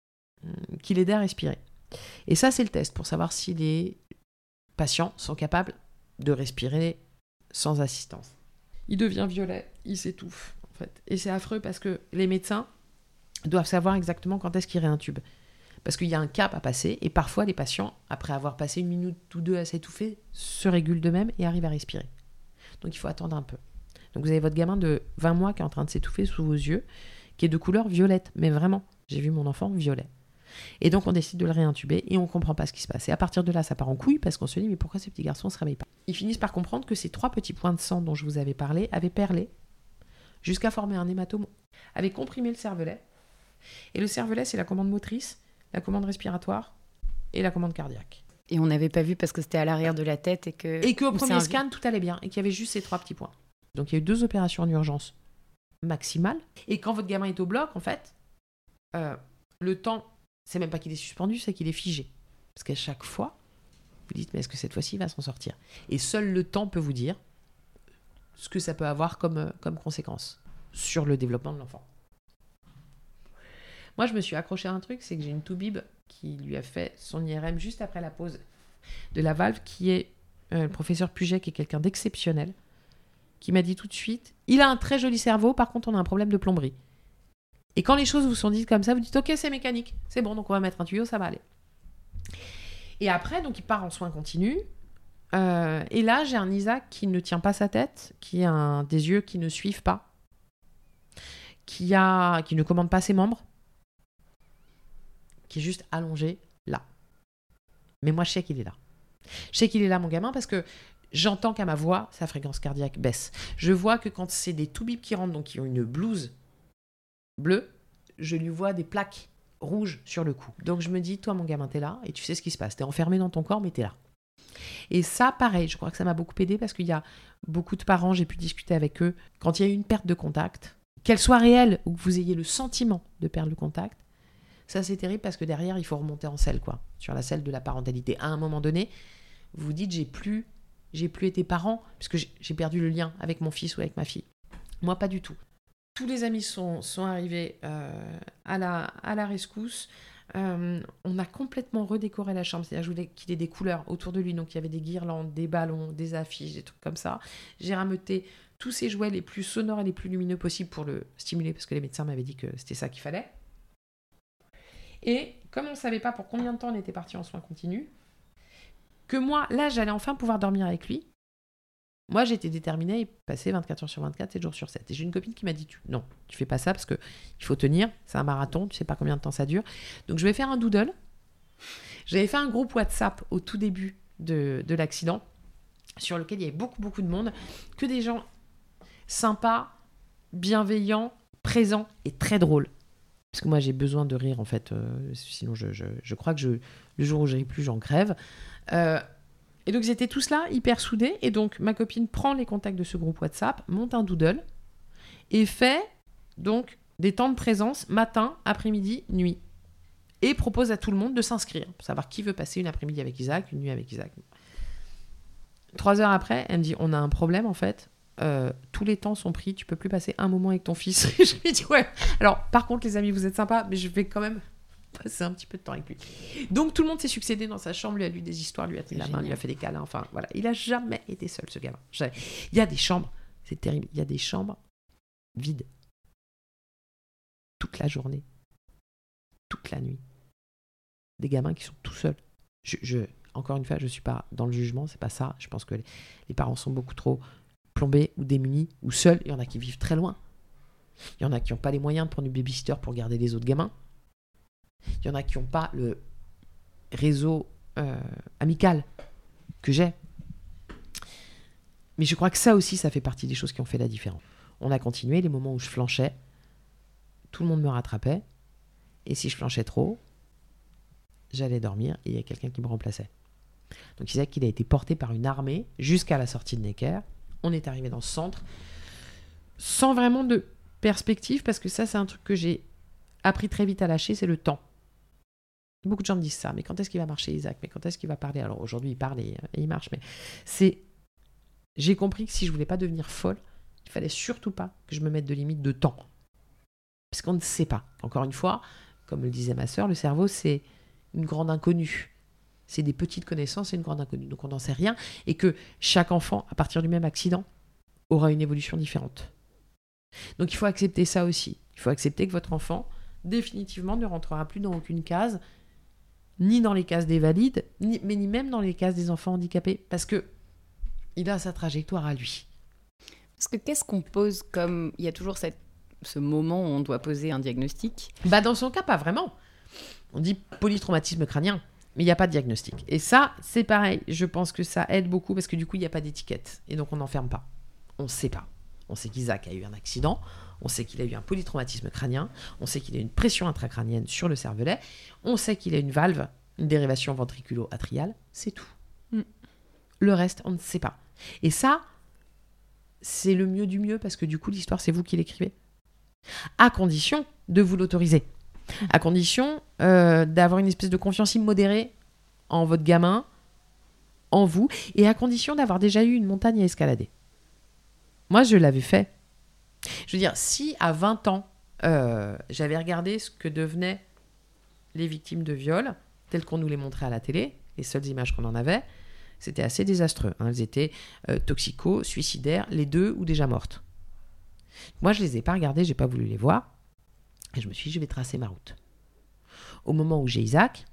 S2: qui l'aidait à respirer. Et ça, c'est le test pour savoir si les patients sont capables de respirer sans assistance. Il devient violet, il s'étouffe, en fait. Et c'est affreux parce que les médecins doivent savoir exactement quand est-ce qu'ils réintubent. Parce qu'il y a un cap à passer, et parfois les patients, après avoir passé une minute ou deux à s'étouffer, se régulent d'eux-mêmes et arrivent à respirer. Donc il faut attendre un peu. Donc vous avez votre gamin de vingt mois qui est en train de s'étouffer sous vos yeux, qui est de couleur violette, mais vraiment, j'ai vu mon enfant violet. Et donc on décide de le réintuber et on ne comprend pas ce qui se passe. Et à partir de là, ça part en couille parce qu'on se dit mais pourquoi ces petits garçons ne se réveillent pas ? Ils finissent par comprendre que ces trois petits points de sang dont je vous avais parlé avaient perlé jusqu'à former un hématome, avaient comprimé le cervelet. Et le cervelet, c'est la commande motrice, la commande respiratoire et la commande cardiaque.
S1: Et on n'avait pas vu parce que c'était à l'arrière de la tête et que...
S2: Et qu'au premier scan, tout allait bien et qu'il y avait juste ces trois petits points. Donc il y a eu deux opérations en urgence maximales. Et quand votre gamin est au bloc, en fait, euh, le temps... C'est même pas qu'il est suspendu, c'est qu'il est figé. Parce qu'à chaque fois, vous dites, mais est-ce que cette fois-ci, il va s'en sortir ? Et seul le temps peut vous dire ce que ça peut avoir comme, comme conséquence sur le développement de l'enfant. Moi, je me suis accrochée à un truc, c'est que j'ai une toubib qui lui a fait son I R M juste après la pause de la valve, qui est euh, le professeur Puget, qui est quelqu'un d'exceptionnel, qui m'a dit tout de suite, il a un très joli cerveau, par contre, on a un problème de plomberie. Et quand les choses vous sont dites comme ça, vous dites « Ok, c'est mécanique, c'est bon, donc on va mettre un tuyau, ça va aller. » Et après, donc il part en soins continus. Euh, et là, j'ai un Isaac qui ne tient pas sa tête, qui a un, des yeux qui ne suivent pas, qui, a, qui ne commande pas ses membres, qui est juste allongé là. Mais moi, je sais qu'il est là. Je sais qu'il est là, mon gamin, parce que j'entends qu'à ma voix, sa fréquence cardiaque baisse. Je vois que quand c'est des toubibs qui rentrent, donc qui ont une blouse bleu, je lui vois des plaques rouges sur le cou. Donc je me dis, toi mon gamin, t'es là et tu sais ce qui se passe. T'es enfermé dans ton corps, mais t'es là. Et ça, pareil, je crois que ça m'a beaucoup aidé parce qu'il y a beaucoup de parents, j'ai pu discuter avec eux, quand il y a eu une perte de contact, qu'elle soit réelle ou que vous ayez le sentiment de perdre le contact, ça c'est terrible parce que derrière, il faut remonter en selle, quoi, sur la selle de la parentalité. À un moment donné, vous vous dites, j'ai plus, j'ai plus été parent puisque j'ai, j'ai perdu le lien avec mon fils ou avec ma fille. Moi, pas du tout. Tous les amis sont, sont arrivés euh, à, la, à la rescousse. Euh, on a complètement redécoré la chambre. C'est-à-dire, je voulais qu'il ait des couleurs autour de lui. Donc, il y avait des guirlandes, des ballons, des affiches, des trucs comme ça. J'ai rameuté tous ces jouets les plus sonores et les plus lumineux possibles pour le stimuler, parce que les médecins m'avaient dit que c'était ça qu'il fallait. Et comme on ne savait pas pour combien de temps on était parti en soins continus, que moi, là, j'allais enfin pouvoir dormir avec lui. Moi, j'étais déterminée à passer vingt-quatre heures sur vingt-quatre, sept jours sur sept. Et j'ai une copine qui m'a dit, non, tu fais pas ça parce qu'il faut tenir, c'est un marathon, tu sais pas combien de temps ça dure. Donc, je vais faire un doodle. J'avais fait un groupe WhatsApp au tout début de, de l'accident, sur lequel il y avait beaucoup, beaucoup de monde, que des gens sympas, bienveillants, présents et très drôles. Parce que moi, j'ai besoin de rire, en fait. Euh, sinon, je, je, je crois que je, le jour où je ris plus, j'en crève. Euh, Et donc, ils étaient tous là, hyper soudés. Et donc, ma copine prend les contacts de ce groupe WhatsApp, monte un doodle et fait donc des temps de présence matin, après-midi, nuit. Et propose à tout le monde de s'inscrire pour savoir qui veut passer une après-midi avec Isaac, une nuit avec Isaac. Trois heures après, elle me dit, on a un problème en fait. Euh, tous les temps sont pris, tu peux plus passer un moment avec ton fils. Et je lui dis, ouais. Alors, par contre, les amis, vous êtes sympas, mais je vais quand même passer un petit peu de temps avec lui. Donc tout le monde s'est succédé dans sa chambre, lui a lu des histoires, lui a tenu la main, lui a fait des câlins, enfin voilà. Il a jamais été seul, ce gamin. Il y a des chambres, c'est terrible, il y a des chambres vides. Toute la journée. Toute la nuit. Des gamins qui sont tout seuls. Je, je, encore une fois, je ne suis pas dans le jugement, c'est pas ça. Je pense que les, les parents sont beaucoup trop plombés ou démunis ou seuls. Il y en a qui vivent très loin. Il y en a qui n'ont pas les moyens de prendre une babysitter pour garder les autres gamins. Il y en a qui n'ont pas le réseau euh, amical que j'ai. Mais je crois que ça aussi, ça fait partie des choses qui ont fait la différence. On a continué, les moments où je flanchais, tout le monde me rattrapait. Et si je flanchais trop, j'allais dormir et il y a quelqu'un qui me remplaçait. Donc Isaac, il a été porté par une armée jusqu'à la sortie de Necker. On est arrivé dans ce centre sans vraiment de perspective, parce que ça, c'est un truc que j'ai appris très vite à lâcher, c'est le temps. Beaucoup de gens me disent ça, mais quand est-ce qu'il va marcher, Isaac ? Mais quand est-ce qu'il va parler ? Alors aujourd'hui, il parle et, et il marche, mais c'est... J'ai compris que si je voulais pas devenir folle, il fallait surtout pas que je me mette de limite de temps. Parce qu'on ne sait pas. Encore une fois, comme le disait ma sœur, le cerveau, c'est une grande inconnue. C'est des petites connaissances et une grande inconnue. Donc on n'en sait rien. Et que chaque enfant, à partir du même accident, aura une évolution différente. Donc il faut accepter ça aussi. Il faut accepter que votre enfant, définitivement, ne rentrera plus dans aucune case, ni dans les cases des valides, ni, mais ni même dans les cases des enfants handicapés. Parce que il a sa trajectoire à lui.
S1: Parce que qu'est-ce qu'on pose comme... Il y a toujours cette... ce moment où on doit poser un diagnostic.
S2: Bah dans son cas, pas vraiment. On dit polytraumatisme crânien, mais il n'y a pas de diagnostic. Et ça, c'est pareil. Je pense que ça aide beaucoup parce que du coup, il n'y a pas d'étiquette. Et donc, on n'enferme pas. On ne sait pas. On sait qu'Isaac a eu un accident. On sait qu'il a eu un polytraumatisme crânien. On sait qu'il a une pression intracrânienne sur le cervelet. On sait qu'il a une valve, une dérivation ventriculo-atriale. C'est tout. Mm. Le reste, on ne sait pas. Et ça, c'est le mieux du mieux parce que du coup, l'histoire, c'est vous qui l'écrivez. À condition de vous l'autoriser. À condition euh, d'avoir une espèce de confiance immodérée en votre gamin, en vous, et à condition d'avoir déjà eu une montagne à escalader. Moi, je l'avais fait. Je veux dire, si à vingt ans, euh, j'avais regardé ce que devenaient les victimes de viol, telles qu'on nous les montrait à la télé, les seules images qu'on en avait, c'était assez désastreux. Hein. Elles étaient euh, toxico, suicidaires, les deux ou déjà mortes. Moi, je ne les ai pas regardées, je n'ai pas voulu les voir. Et je me suis dit, je vais tracer ma route. Au moment où j'ai Isaac,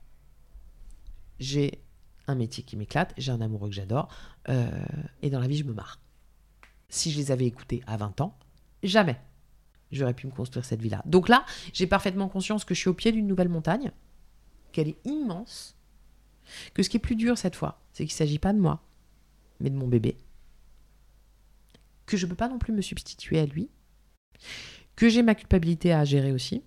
S2: j'ai un métier qui m'éclate, j'ai un amoureux que j'adore, euh, et dans la vie, je me marre. Si je les avais écoutés à vingt ans, jamais j'aurais pu me construire cette vie-là. Donc là, j'ai parfaitement conscience que je suis au pied d'une nouvelle montagne, qu'elle est immense, que ce qui est plus dur cette fois, c'est qu'il ne s'agit pas de moi, mais de mon bébé, que je ne peux pas non plus me substituer à lui, que j'ai ma culpabilité à gérer aussi,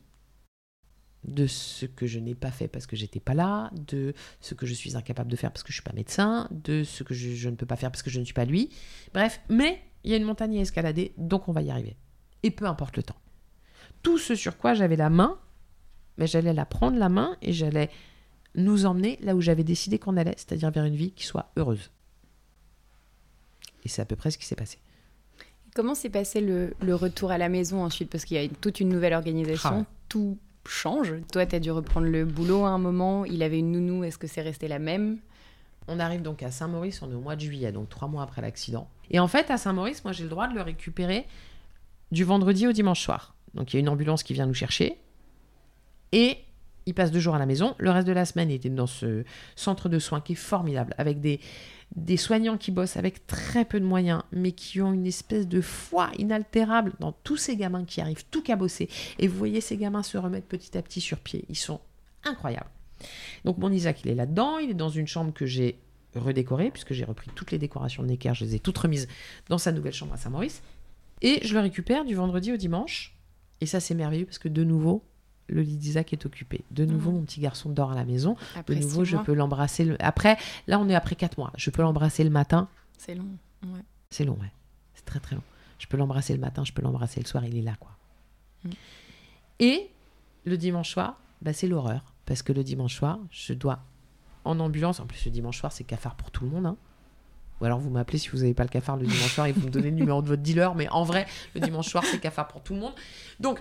S2: de ce que je n'ai pas fait parce que j'étais pas là, de ce que je suis incapable de faire parce que je suis pas médecin, de ce que je, je ne peux pas faire parce que je ne suis pas lui. Bref, mais il y a une montagne à escalader, donc on va y arriver. Et peu importe le temps. Tout ce sur quoi j'avais la main, mais j'allais la prendre la main et j'allais nous emmener là où j'avais décidé qu'on allait, c'est-à-dire vers une vie qui soit heureuse. Et c'est à peu près ce qui s'est passé.
S1: Comment s'est passé le, le retour à la maison ensuite ? Parce qu'il y a une, toute une nouvelle organisation, ah ouais. Tout change. Toi, tu as dû reprendre le boulot à un moment. Il avait une nounou, est-ce que c'est resté la même ?
S2: On arrive donc à Saint-Maurice, on est au mois de juillet, donc trois mois après l'accident. Et en fait, à Saint-Maurice, moi, j'ai le droit de le récupérer du vendredi au dimanche soir. Donc, il y a une ambulance qui vient nous chercher et il passe deux jours à la maison. Le reste de la semaine, il était dans ce centre de soins qui est formidable, avec des, des soignants qui bossent avec très peu de moyens, mais qui ont une espèce de foi inaltérable dans tous ces gamins qui arrivent tout cabossés. Et vous voyez ces gamins se remettre petit à petit sur pied. Ils sont incroyables. Donc mon Isaac, il est là-dedans. Il est dans une chambre que j'ai redécorée, puisque j'ai repris toutes les décorations de Necker. Je les ai toutes remises dans sa nouvelle chambre à Saint-Maurice. Et je le récupère du vendredi au dimanche. Et ça, c'est merveilleux, parce que de nouveau, le lit d'Isaac est occupé. De nouveau, mmh. mon petit garçon dort à la maison. Après de nouveau, je peux l'embrasser. Le... Après, là, on est après quatre mois. Je peux l'embrasser le matin.
S1: C'est long, ouais.
S2: C'est long, ouais. C'est très, très long. Je peux l'embrasser le matin, je peux l'embrasser le soir, il est là, quoi. Mmh. Et le dimanche soir, bah, c'est l'horreur. Parce que le dimanche soir, je dois, en ambulance, en plus, le dimanche soir, c'est cafard pour tout le monde, hein. Ou alors, vous m'appelez si vous n'avez pas le cafard le dimanche soir et vous me donnez le numéro de votre dealer. Mais en vrai, le dimanche soir, c'est cafard pour tout le monde. Donc,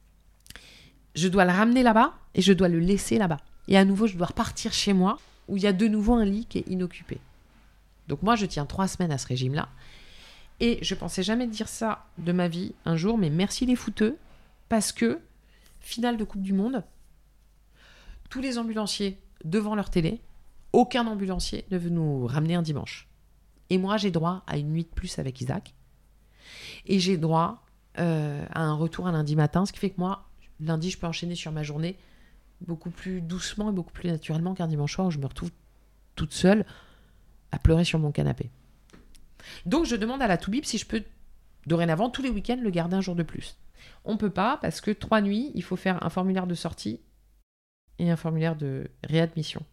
S2: je dois le ramener là-bas et je dois le laisser là-bas. Et à nouveau, je dois repartir chez moi où il y a de nouveau un lit qui est inoccupé. Donc moi, je tiens trois semaines à ce régime-là. Et je pensais jamais dire ça de ma vie un jour, mais merci les footeux, parce que, finale de Coupe du Monde, tous les ambulanciers devant leur télé, aucun ambulancier ne veut nous ramener un dimanche. Et moi, j'ai droit à une nuit de plus avec Isaac. Et j'ai droit euh, à un retour un lundi matin, ce qui fait que moi, lundi, je peux enchaîner sur ma journée beaucoup plus doucement et beaucoup plus naturellement qu'un dimanche soir où je me retrouve toute seule à pleurer sur mon canapé. Donc, je demande à la Toubib si je peux, dorénavant, tous les week-ends, le garder un jour de plus. On ne peut pas parce que trois nuits, il faut faire un formulaire de sortie et un formulaire de réadmission.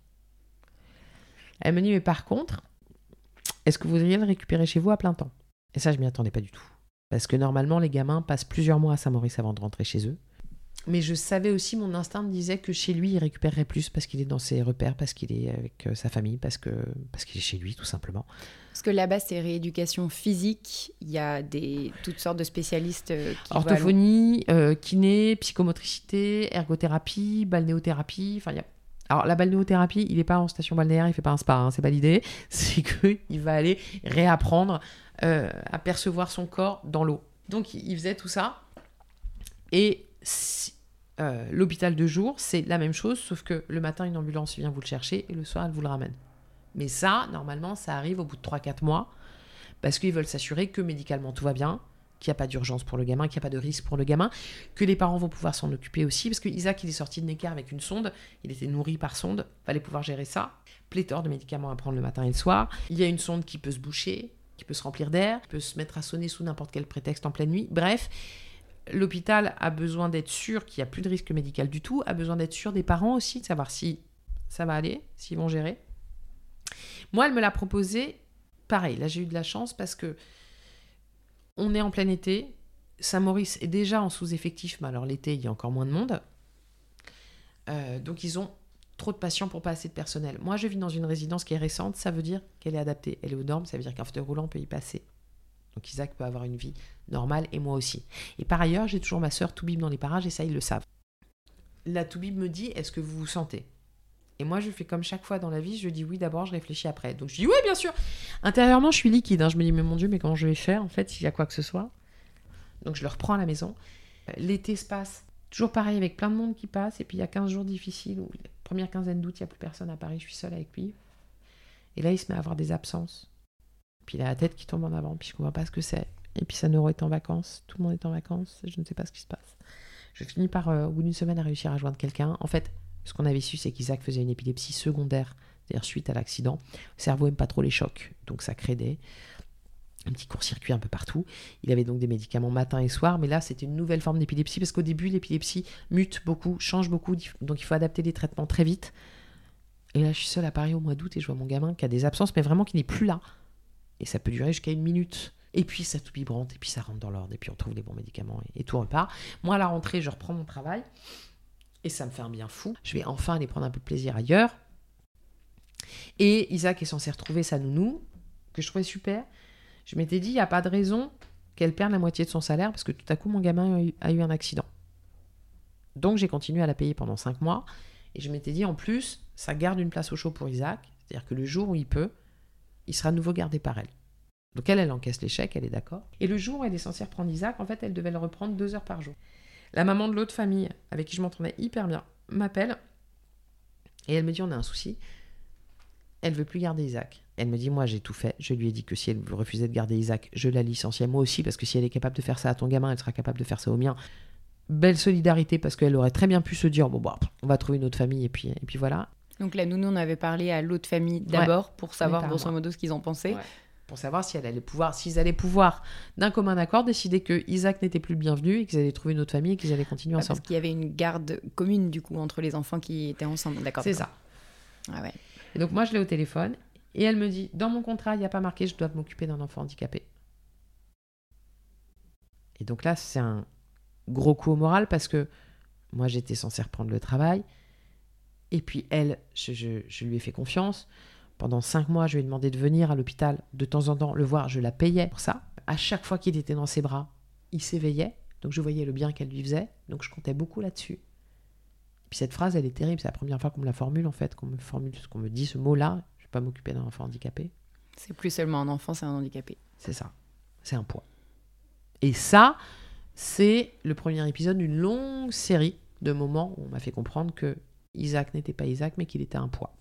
S2: Elle me dit, mais par contre, est-ce que vous voudriez le récupérer chez vous à plein temps ? Et ça, je ne m'y attendais pas du tout. Parce que normalement, les gamins passent plusieurs mois à Saint-Maurice avant de rentrer chez eux. Mais je savais aussi, mon instinct me disait que chez lui, il récupérerait plus parce qu'il est dans ses repères, parce qu'il est avec euh, sa famille, parce, que, parce qu'il est chez lui, tout simplement.
S1: Parce que là-bas, c'est rééducation physique. Il y a des, toutes sortes de spécialistes euh, qui
S2: orthophonie, euh, kiné, psychomotricité, ergothérapie, balnéothérapie. Enfin, il y a... Alors, la balnéothérapie, il n'est pas en station balnéaire, il ne fait pas un spa, hein, c'est pas l'idée. C'est qu'il va aller réapprendre euh, à percevoir son corps dans l'eau. Donc, il faisait tout ça. Et... Si... Euh, l'hôpital de jour, c'est la même chose, sauf que le matin, une ambulance vient vous le chercher et le soir, elle vous le ramène. Mais ça, normalement, ça arrive au bout de trois à quatre mois parce qu'ils veulent s'assurer que médicalement tout va bien, qu'il n'y a pas d'urgence pour le gamin, qu'il n'y a pas de risque pour le gamin, que les parents vont pouvoir s'en occuper aussi, parce que Isaac, il est sorti de Necker avec une sonde, il était nourri par sonde, il fallait pouvoir gérer ça. Pléthore de médicaments à prendre le matin et le soir. Il y a une sonde qui peut se boucher, qui peut se remplir d'air, qui peut se mettre à sonner sous n'importe quel prétexte en pleine nuit. Bref, l'hôpital a besoin d'être sûr qu'il n'y a plus de risque médical du tout, a besoin d'être sûr des parents aussi, de savoir si ça va aller, s'ils vont gérer. Moi, elle me l'a proposé, pareil, là j'ai eu de la chance parce que on est en plein été, Saint-Maurice est déjà en sous-effectif, mais alors l'été, il y a encore moins de monde. Euh, donc ils ont trop de patients pour pas assez de personnel. Moi, je vis dans une résidence qui est récente, ça veut dire qu'elle est adaptée. Elle est aux normes, ça veut dire qu'un fauteuil roulant peut y passer. Donc Isaac peut avoir une vie normale et moi aussi. Et par ailleurs, j'ai toujours ma sœur Toubib dans les parages et ça, ils le savent. La Toubib me dit, est-ce que vous vous sentez ? Et moi, je fais comme chaque fois dans la vie, je dis oui d'abord, je réfléchis après. Donc je dis oui, bien sûr. Intérieurement, je suis liquide. Hein. Je me dis, mais mon Dieu, mais comment je vais faire en fait s'il y a quoi que ce soit ? Donc je le reprends à la maison. L'été se passe toujours pareil avec plein de monde qui passe. Et puis il y a quinze jours difficiles où la première quinzaine d'août, il n'y a plus personne à Paris, je suis seule avec lui. Et là, il se met à avoir des absences. Puis il a la tête qui tombe en avant, puis je ne comprends pas ce que c'est. Et puis sa neuro est en vacances, tout le monde est en vacances, je ne sais pas ce qui se passe. Je finis par, euh, au bout d'une semaine, à réussir à joindre quelqu'un. En fait, ce qu'on avait su, c'est qu'Isaac faisait une épilepsie secondaire, c'est-à-dire suite à l'accident. Le cerveau n'aime pas trop les chocs, donc ça crée des... un petit court-circuit un peu partout. Il avait donc des médicaments matin et soir, mais là, c'était une nouvelle forme d'épilepsie, parce qu'au début, l'épilepsie mute beaucoup, change beaucoup, donc il faut adapter les traitements très vite. Et là, je suis seule à Paris au mois d'août, et je vois mon gamin qui a des absences, mais vraiment qui n'est plus là. Et ça peut durer jusqu'à une minute. Et puis ça tout vibrante, et puis ça rentre dans l'ordre, et puis on trouve les bons médicaments, et, et tout repart. Moi, à la rentrée, je reprends mon travail, et ça me fait un bien fou. Je vais enfin aller prendre un peu de plaisir ailleurs. Et Isaac est censé retrouver sa nounou, que je trouvais super. Je m'étais dit, il n'y a pas de raison qu'elle perde la moitié de son salaire, parce que tout à coup, mon gamin a eu, a eu un accident. Donc j'ai continué à la payer pendant cinq mois, et je m'étais dit, en plus, ça garde une place au chaud pour Isaac, c'est-à-dire que le jour où il peut, il sera à nouveau gardé par elle. Donc elle, elle encaisse l'échec, elle est d'accord. Et le jour où elle est censée reprendre Isaac, en fait, elle devait le reprendre deux heures par jour. La maman de l'autre famille, avec qui je m'entendais hyper bien, m'appelle et elle me dit, on a un souci. Elle veut plus garder Isaac. Elle me dit, moi, j'ai tout fait. Je lui ai dit que si elle refusait de garder Isaac, je la licenciais moi aussi, parce que si elle est capable de faire ça à ton gamin, elle sera capable de faire ça au mien. Belle solidarité, parce qu'elle aurait très bien pu se dire, bon, bah, on va trouver une autre famille, et puis, et puis voilà.
S1: Donc la nounou, on avait parlé à l'autre famille d'abord, ouais, pour savoir grosso modo ce qu'ils en pensaient.
S2: Ouais. Pour savoir si elle allait pouvoir, s'ils allaient pouvoir, d'un commun accord, décider que Isaac n'était plus le bienvenu et qu'ils allaient trouver une autre famille et qu'ils allaient continuer
S1: ah,
S2: ensemble.
S1: Parce qu'il y avait une garde commune, du coup, entre les enfants qui étaient ensemble. D'accord.
S2: C'est
S1: d'accord.
S2: ça.
S1: Ah ouais.
S2: Et donc moi, je l'ai au téléphone et elle me dit, dans mon contrat, il n'y a pas marqué, je dois m'occuper d'un enfant handicapé. Et donc là, c'est un gros coup au moral parce que moi, j'étais censée reprendre le travail. Et puis elle, je, je, je lui ai fait confiance. Pendant cinq mois, je lui ai demandé de venir à l'hôpital, de temps en temps le voir, je la payais pour ça. À chaque fois qu'il était dans ses bras, il s'éveillait, donc je voyais le bien qu'elle lui faisait, donc je comptais beaucoup là-dessus. Et puis cette phrase, elle est terrible, c'est la première fois qu'on me la formule en fait, qu'on me formule, qu'on me dit ce mot-là, je ne vais pas m'occuper d'un enfant handicapé.
S1: C'est plus seulement un enfant, c'est un handicapé.
S2: C'est ça, c'est un poids. Et ça, c'est le premier épisode d'une longue série de moments où on m'a fait comprendre que Isaac n'était pas Isaac, mais qu'il était un poids.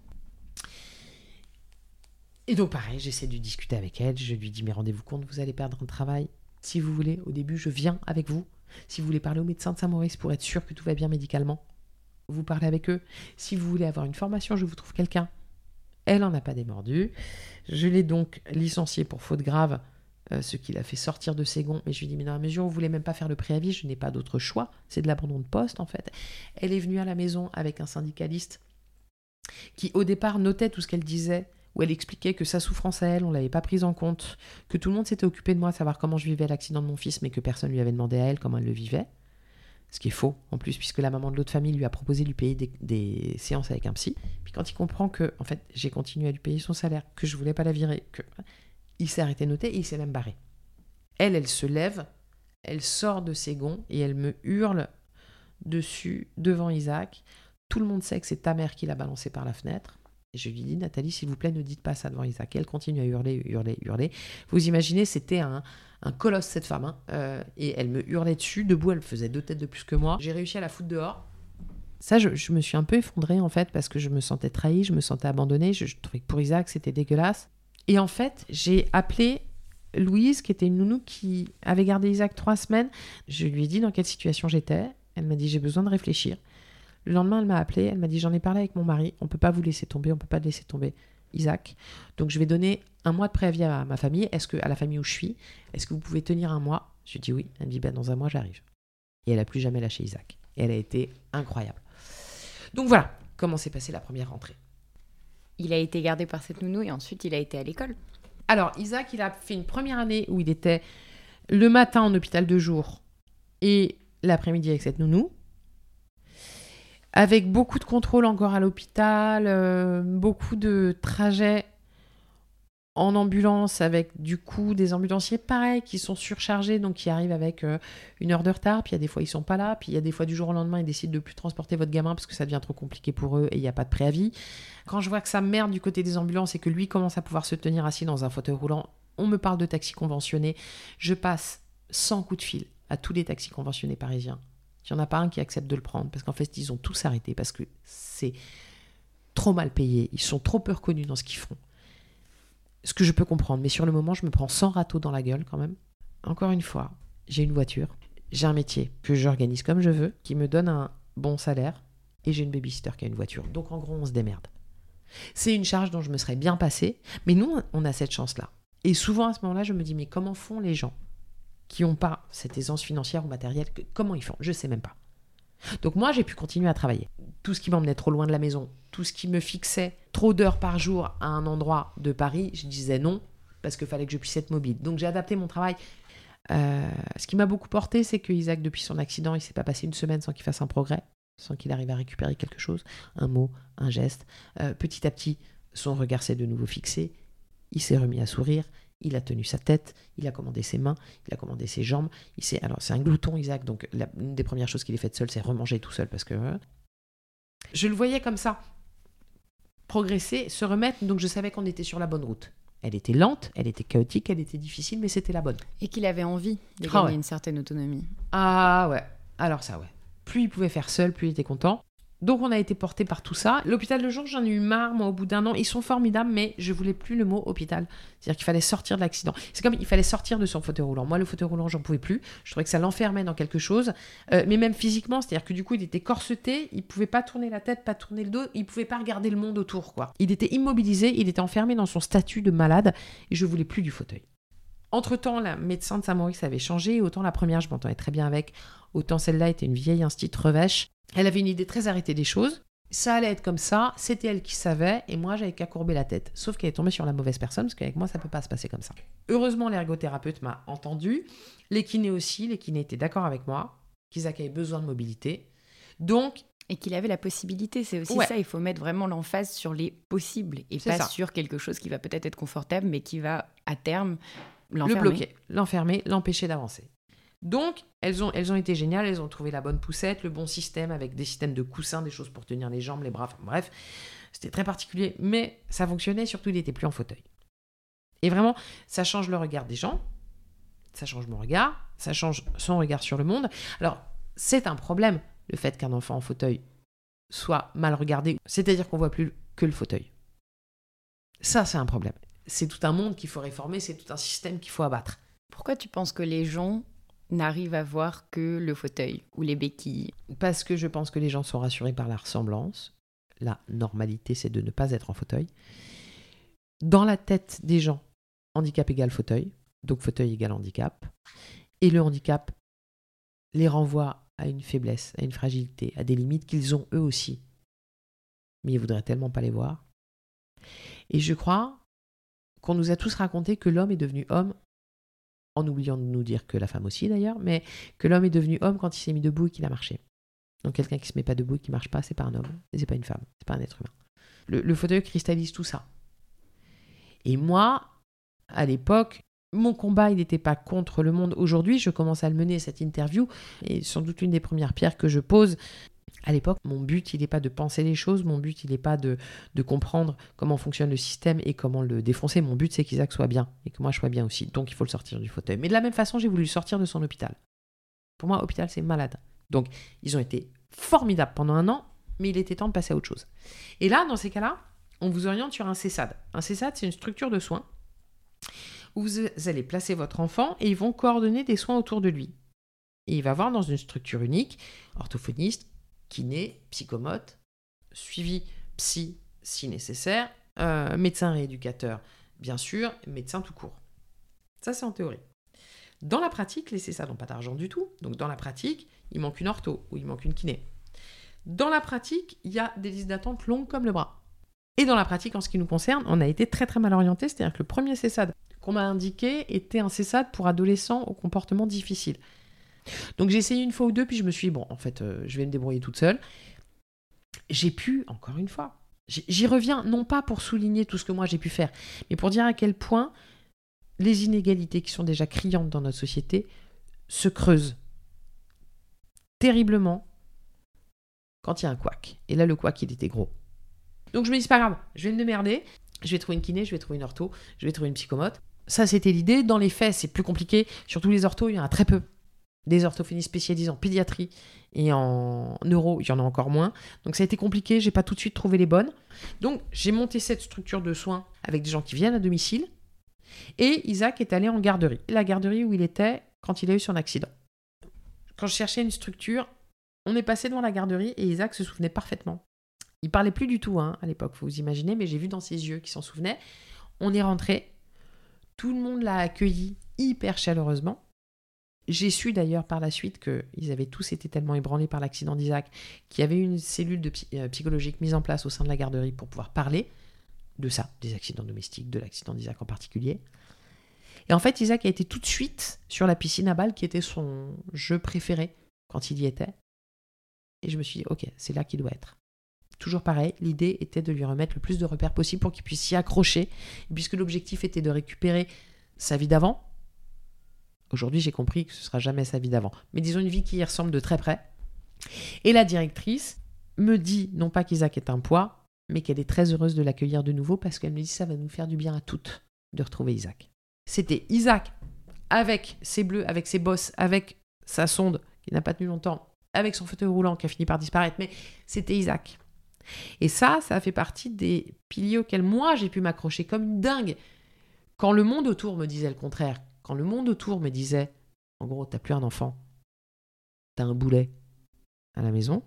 S2: Et donc pareil, j'essaie de discuter avec elle, je lui dis mais rendez-vous compte, vous allez perdre un travail. Si vous voulez, au début, je viens avec vous. Si vous voulez parler au médecin de Saint-Maurice pour être sûr que tout va bien médicalement, vous parlez avec eux. Si vous voulez avoir une formation, je vous trouve quelqu'un. Elle n'en a pas démordu. Je l'ai donc licenciée pour faute grave, euh, ce qui l'a fait sortir de ses gonds. Mais je lui dis mais dans la mesure où vous voulez même pas faire le préavis, je n'ai pas d'autre choix. C'est de l'abandon de poste en fait. Elle est venue à la maison avec un syndicaliste qui au départ notait tout ce qu'elle disait, où elle expliquait que sa souffrance à elle, on ne l'avait pas prise en compte, que tout le monde s'était occupé de moi, savoir comment je vivais l'accident de mon fils, mais que personne ne lui avait demandé à elle comment elle le vivait. Ce qui est faux, en plus, puisque la maman de l'autre famille lui a proposé de lui payer des, des séances avec un psy. Puis quand il comprend que, en fait, j'ai continué à lui payer son salaire, que je voulais pas la virer, que il s'est arrêté de noter et il s'est même barré. Elle, elle se lève, elle sort de ses gonds et elle me hurle dessus, devant Isaac. Tout le monde sait que c'est ta mère qui l'a balancé par la fenêtre. Et je lui dis, Nathalie, s'il vous plaît, ne dites pas ça devant Isaac. Et elle continue à hurler, hurler, hurler. Vous imaginez, c'était un, un colosse, cette femme. Hein. Euh, et elle me hurlait dessus. Debout, elle faisait deux têtes de plus que moi. J'ai réussi à la foutre dehors. Ça, je, je me suis un peu effondrée, en fait, parce que je me sentais trahie, je me sentais abandonnée. Je, je trouvais que pour Isaac, c'était dégueulasse. Et en fait, j'ai appelé Louise, qui était une nounou qui avait gardé Isaac trois semaines. Je lui ai dit dans quelle situation j'étais. Elle m'a dit, j'ai besoin de réfléchir. Le lendemain, elle m'a appelé, elle m'a dit, j'en ai parlé avec mon mari, on ne peut pas vous laisser tomber, on ne peut pas laisser tomber Isaac. Donc, je vais donner un mois de préavis à ma famille, est-ce que, à la famille où je suis. Est-ce que vous pouvez tenir un mois ? Je lui ai dit oui. Elle me dit, ben, dans un mois, j'arrive. Et elle n'a plus jamais lâché Isaac. Et elle a été incroyable. Donc voilà comment s'est passée la première rentrée.
S1: Il a été gardé par cette nounou et ensuite, il a été à l'école.
S2: Alors, Isaac, il a fait une première année où il était le matin en hôpital de jour et l'après-midi avec cette nounou. Avec beaucoup de contrôle encore à l'hôpital, euh, beaucoup de trajets en ambulance avec du coup des ambulanciers pareils qui sont surchargés, donc qui arrivent avec euh, une heure de retard, puis il y a des fois ils sont pas là, puis il y a des fois du jour au lendemain ils décident de plus transporter votre gamin parce que ça devient trop compliqué pour eux et il n'y a pas de préavis. Quand je vois que ça merde du côté des ambulances et que lui commence à pouvoir se tenir assis dans un fauteuil roulant, on me parle de taxis conventionnés, je passe cent coups de fil à tous les taxis conventionnés parisiens. Il n'y en a pas un qui accepte de le prendre parce qu'en fait, ils ont tous arrêté parce que c'est trop mal payé. Ils sont trop peu reconnus dans ce qu'ils font. Ce que je peux comprendre. Mais sur le moment, je me prends cent râteaux dans la gueule quand même. Encore une fois, j'ai une voiture. J'ai un métier que j'organise comme je veux, qui me donne un bon salaire. Et j'ai une babysitter qui a une voiture. Donc en gros, on se démerde. C'est une charge dont je me serais bien passée. Mais nous, on a cette chance-là. Et souvent, à ce moment-là, je me dis, mais comment font les gens qui n'ont pas cette aisance financière ou matérielle, que, comment ils font ? Je ne sais même pas. Donc moi, j'ai pu continuer à travailler. Tout ce qui m'emmenait trop loin de la maison, tout ce qui me fixait trop d'heures par jour à un endroit de Paris, je disais non, parce qu'il fallait que je puisse être mobile. Donc j'ai adapté mon travail. Euh, ce qui m'a beaucoup porté, c'est que Isaac, depuis son accident, il ne s'est pas passé une semaine sans qu'il fasse un progrès, sans qu'il arrive à récupérer quelque chose, un mot, un geste. Euh, petit à petit, son regard s'est de nouveau fixé. Il s'est remis à sourire. Il a tenu sa tête, il a commandé ses mains, il a commandé ses jambes. Il s'est... Alors, c'est un glouton, Isaac, donc la... une des premières choses qu'il ait faites seul, c'est remanger tout seul parce que... Euh... Je le voyais comme ça, progresser, se remettre, donc je savais qu'on était sur la bonne route. Elle était lente, elle était chaotique, elle était difficile, mais c'était la bonne.
S1: Et qu'il avait envie de
S2: ah
S1: gagner
S2: ouais.
S1: une certaine autonomie.
S2: Ah ouais, alors ça ouais. Plus il pouvait faire seul, plus il était content. Donc on a été porté par tout ça. L'hôpital de jour, j'en ai eu marre, moi, au bout d'un an. Ils sont formidables, mais je voulais plus le mot hôpital. C'est-à-dire qu'il fallait sortir de l'accident. C'est comme il fallait sortir de son fauteuil roulant. Moi, le fauteuil roulant, j'en pouvais plus. Je trouvais que ça l'enfermait dans quelque chose. Euh, mais même physiquement, c'est-à-dire que du coup, il était corseté. Il pouvait pas tourner la tête, pas tourner le dos. Il pouvait pas regarder le monde autour, quoi. Il était immobilisé. Il était enfermé dans son statut de malade. Et je voulais plus du fauteuil. Entre-temps, la médecin de Saint-Maurice avait changé. Autant la première, je m'entendais très bien avec. Autant celle-là était une vieille instite revêche. Elle avait une idée très arrêtée des choses. Ça allait être comme ça, c'était elle qui savait, et moi j'avais qu'à courber la tête. Sauf qu'elle est tombée sur la mauvaise personne, parce qu'avec moi ça peut pas se passer comme ça. Heureusement, l'ergothérapeute m'a entendu, les kinés aussi, les kinés étaient d'accord avec moi, qu'Isaac avait besoin de mobilité. Donc...
S1: Et qu'il avait la possibilité, c'est aussi
S2: ouais.
S1: ça, il faut mettre vraiment l'emphase sur les possibles, et
S2: c'est
S1: pas
S2: ça.
S1: sur quelque chose qui va peut-être être confortable, mais qui va, à terme, l'enfermer.
S2: Le bloquer, l'enfermer, l'empêcher d'avancer. Donc, elles ont, elles ont été géniales, elles ont trouvé la bonne poussette, le bon système avec des systèmes de coussins, des choses pour tenir les jambes, les bras, enfin bref, c'était très particulier, mais ça fonctionnait, surtout il n'était plus en fauteuil. Et vraiment, ça change le regard des gens, ça change mon regard, ça change son regard sur le monde. Alors, c'est un problème, le fait qu'un enfant en fauteuil soit mal regardé, c'est-à-dire qu'on ne voit plus que le fauteuil. Ça, c'est un problème. C'est tout un monde qu'il faut réformer, c'est tout un système qu'il faut abattre.
S1: Pourquoi tu penses que les gens n'arrivent à voir que le fauteuil ou les béquilles ?
S2: Parce que je pense que les gens sont rassurés par la ressemblance. La normalité, c'est de ne pas être en fauteuil. Dans la tête des gens, handicap égale fauteuil, donc fauteuil égale handicap. Et le handicap les renvoie à une faiblesse, à une fragilité, à des limites qu'ils ont eux aussi. Mais ils ne voudraient tellement pas les voir. Et je crois qu'on nous a tous raconté que l'homme est devenu homme en oubliant de nous dire que la femme aussi d'ailleurs, mais que l'homme est devenu homme quand il s'est mis debout et qu'il a marché. Donc quelqu'un qui se met pas debout et qui marche pas, c'est pas un homme, et c'est pas une femme, c'est pas un être humain. Le, le fauteuil cristallise tout ça. Et moi, à l'époque, mon combat, il n'était pas contre le monde. Aujourd'hui, je commence à le mener, cette interview, et sans doute une des premières pierres que je pose. À l'époque, mon but, il n'est pas de penser les choses, mon but, il n'est pas de, de comprendre comment fonctionne le système et comment le défoncer. Mon but, c'est qu'Isaac soit bien, et que moi, je sois bien aussi. Donc, il faut le sortir du fauteuil. Mais de la même façon, j'ai voulu le sortir de son hôpital. Pour moi, hôpital, c'est malade. Donc, ils ont été formidables pendant un an, mais il était temps de passer à autre chose. Et là, dans ces cas-là, on vous oriente sur un CESAD. Un CESAD, c'est une structure de soins où vous allez placer votre enfant et ils vont coordonner des soins autour de lui. Et il va voir dans une structure unique, orthophoniste, kiné, psychomote, suivi psy si nécessaire, euh, médecin rééducateur, bien sûr, médecin tout court. Ça, c'est en théorie. Dans la pratique, les CESAD n'ont pas d'argent du tout. Donc, dans la pratique, il manque une ortho ou il manque une kiné. Dans la pratique, il y a des listes d'attente longues comme le bras. Et dans la pratique, en ce qui nous concerne, on a été très très mal orienté. C'est-à-dire que le premier CESAD qu'on m'a indiqué était un CESAD pour adolescents au comportement difficile. Donc j'ai essayé une fois ou deux, puis je me suis dit, bon, en fait, euh, je vais me débrouiller toute seule. J'ai pu, encore une fois, j'y reviens, non pas pour souligner tout ce que moi j'ai pu faire, mais pour dire à quel point les inégalités qui sont déjà criantes dans notre société se creusent terriblement quand il y a un couac. Et là, le couac, il était gros. Donc je me dis, c'est pas grave, je vais me démerder, je vais trouver une kiné, je vais trouver une ortho, je vais trouver une psychomote. Ça, c'était l'idée. Dans les faits, c'est plus compliqué. Surtout les orthos, il y en a très peu. Des orthophonistes spécialisés en pédiatrie et en neuro, il y en a encore moins. Donc ça a été compliqué, j'ai pas tout de suite trouvé les bonnes. Donc j'ai monté cette structure de soins avec des gens qui viennent à domicile. Et Isaac est allé en garderie. La garderie où il était quand il a eu son accident. Quand je cherchais une structure, on est passé devant la garderie et Isaac se souvenait parfaitement. Il parlait plus du tout hein, à l'époque, faut vous imaginer, mais j'ai vu dans ses yeux qu'il s'en souvenait. On est rentré, tout le monde l'a accueilli hyper chaleureusement. J'ai su d'ailleurs par la suite qu'ils avaient tous été tellement ébranlés par l'accident d'Isaac qu'il y avait une cellule de psy- euh, psychologique mise en place au sein de la garderie pour pouvoir parler de ça, des accidents domestiques, de l'accident d'Isaac en particulier. Et en fait, Isaac a été tout de suite sur la piscine à balles qui était son jeu préféré quand il y était. Et je me suis dit, ok, c'est là qu'il doit être. Toujours pareil, l'idée était de lui remettre le plus de repères possible pour qu'il puisse s'y accrocher, puisque l'objectif était de récupérer sa vie d'avant. Aujourd'hui, j'ai compris que ce ne sera jamais sa vie d'avant. Mais disons une vie qui y ressemble de très près. Et la directrice me dit, non pas qu'Isaac est un poids, mais qu'elle est très heureuse de l'accueillir de nouveau parce qu'elle me dit, ça va nous faire du bien à toutes de retrouver Isaac. C'était Isaac avec ses bleus, avec ses bosses, avec sa sonde qui n'a pas tenu longtemps, avec son fauteuil roulant qui a fini par disparaître, mais c'était Isaac. Et ça, ça a fait partie des piliers auxquels moi j'ai pu m'accrocher comme une dingue. Quand le monde autour me disait le contraire, quand le monde autour me disait, en gros, t'as plus un enfant, t'as un boulet à la maison,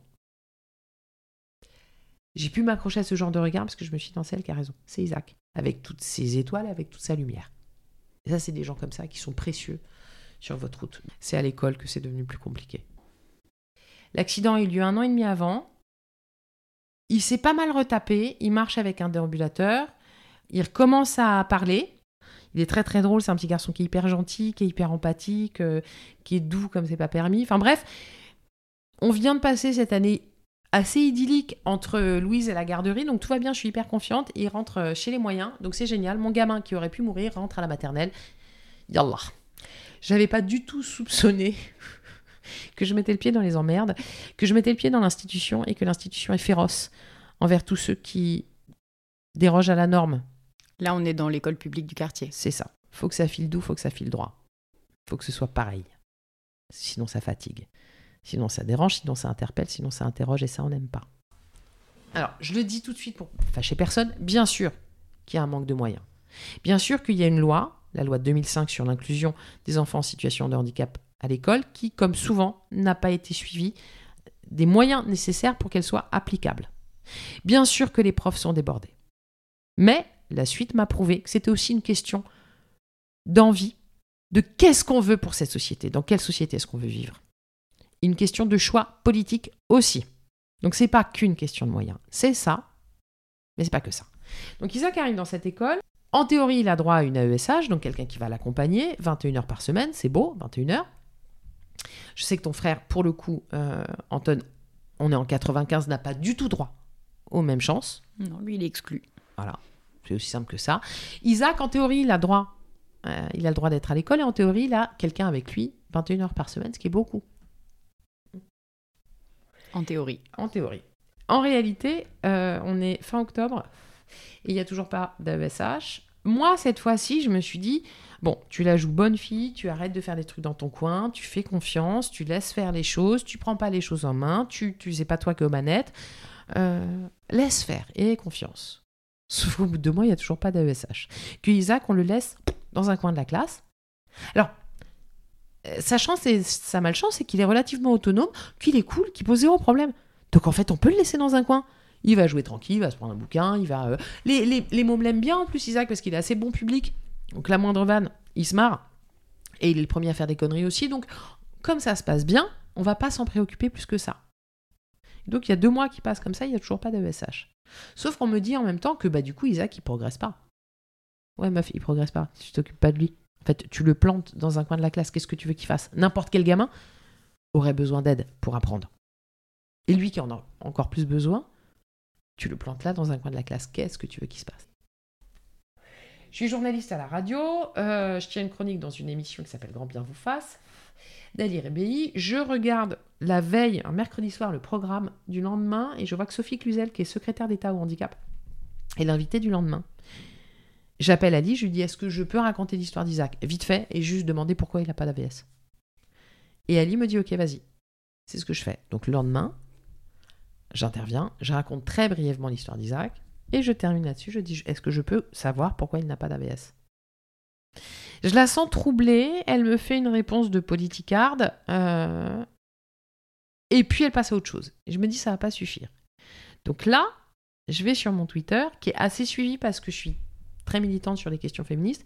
S2: j'ai pu m'accrocher à ce genre de regard parce que je me suis dit, non, c'est elle qui a raison, c'est Isaac, avec toutes ses étoiles, avec toute sa lumière. Et ça, c'est des gens comme ça qui sont précieux sur votre route. C'est à l'école que c'est devenu plus compliqué. L'accident a eu lieu un an et demi avant. Il s'est pas mal retapé, il marche avec un déambulateur, il recommence à parler. Il est très très drôle, c'est un petit garçon qui est hyper gentil, qui est hyper empathique, euh, qui est doux comme c'est pas permis. Enfin bref, on vient de passer cette année assez idyllique entre Louise et la garderie, donc tout va bien, je suis hyper confiante. Et il rentre chez les moyens, donc c'est génial. Mon gamin qui aurait pu mourir rentre à la maternelle. Yallah. J'avais pas du tout soupçonné que je mettais le pied dans les emmerdes, que je mettais le pied dans l'institution et que l'institution est féroce envers tous ceux qui dérogent à la norme.
S1: Là, on est dans l'école publique du quartier.
S2: C'est ça. Faut que ça file doux, faut que ça file droit. Faut que ce soit pareil. Sinon, ça fatigue. Sinon, ça dérange, sinon, ça interpelle, sinon, ça interroge et ça, on n'aime pas. Alors, je le dis tout de suite pour fâcher personne. Bien sûr qu'il y a un manque de moyens. Bien sûr qu'il y a une loi, la loi de deux mille cinq sur l'inclusion des enfants en situation de handicap à l'école, qui, comme souvent, n'a pas été suivie des moyens nécessaires pour qu'elle soit applicable. Bien sûr que les profs sont débordés. Mais la suite m'a prouvé que c'était aussi une question d'envie, de qu'est-ce qu'on veut pour cette société, dans quelle société est-ce qu'on veut vivre. Une question de choix politique aussi. Donc c'est pas qu'une question de moyens, c'est ça, mais c'est pas que ça. Donc Isaac arrive dans cette école, En théorie, il a droit à une A E S H, donc quelqu'un qui va l'accompagner, vingt et une heures par semaine, c'est beau, vingt et une heures. Je sais que ton frère, pour le coup, euh, Anton, on est en quatre-vingt-quinze, n'a pas du tout droit aux mêmes chances.
S1: Non, lui, il est exclu.
S2: Voilà, c'est aussi simple que ça. Isaac, en théorie, il a droit, euh, il a le droit d'être à l'école, et en théorie, il a quelqu'un avec lui, vingt et une heures par semaine, ce qui est beaucoup.
S1: En théorie.
S2: En théorie. En réalité, euh, on est fin octobre, et il n'y a toujours pas d'A E S H. Moi, cette fois-ci, je me suis dit, bon, tu la joues bonne fille, tu arrêtes de faire des trucs dans ton coin, tu fais confiance, tu laisses faire les choses, tu prends pas les choses en main, tu tu sais pas toi qui es aux manettes, euh, laisse faire et aie confiance. Sauf qu'au bout de deux mois, il n'y a toujours pas d'A E S H. Que Isaac, on le laisse dans un coin de la classe. Alors, sa chance et sa malchance, c'est qu'il est relativement autonome, qu'il est cool, qu'il pose zéro problème. Donc en fait, on peut le laisser dans un coin. Il va jouer tranquille, il va se prendre un bouquin, il va... Euh... Les, les, les mômes l'aiment bien en plus, Isaac, parce qu'il est assez bon public. Donc la moindre vanne, il se marre. Et il est le premier à faire des conneries aussi. Donc comme ça se passe bien, on va pas s'en préoccuper plus que ça. Donc il y a deux mois qui passent comme ça, il n'y a toujours pas d'A E S H. Sauf qu'on me dit en même temps que bah, du coup, Isaac, il progresse pas. Ouais, meuf, il progresse pas. Si tu t'occupes pas de lui. En fait, tu le plantes dans un coin de la classe. Qu'est-ce que tu veux qu'il fasse ? N'importe quel gamin aurait besoin d'aide pour apprendre. Et lui qui en a encore plus besoin, tu le plantes là dans un coin de la classe. Qu'est-ce que tu veux qu'il se passe ? Je suis journaliste à la radio. Euh, je tiens une chronique dans une émission qui s'appelle Grand Bien vous fasse, d'Ali Rebéi. Je regarde la veille, un mercredi soir, le programme du lendemain et je vois que Sophie Cluzel, qui est secrétaire d'État au handicap, est l'invitée du lendemain. J'appelle Ali, je lui dis, est-ce que je peux raconter l'histoire d'Isaac ? Vite fait, et juste demander pourquoi il n'a pas d'A V S. Et Ali me dit, ok, vas-y. C'est ce que je fais. Donc le lendemain, j'interviens, je raconte très brièvement l'histoire d'Isaac, et je termine là-dessus, je dis, est-ce que je peux savoir pourquoi il n'a pas d'A V S ? Je la sens troublée, elle me fait une réponse de politicarde, euh... et puis elle passe à autre chose. Et je me dis, ça va pas suffire. Donc là, je vais sur mon Twitter, qui est assez suivi parce que je suis très militante sur les questions féministes,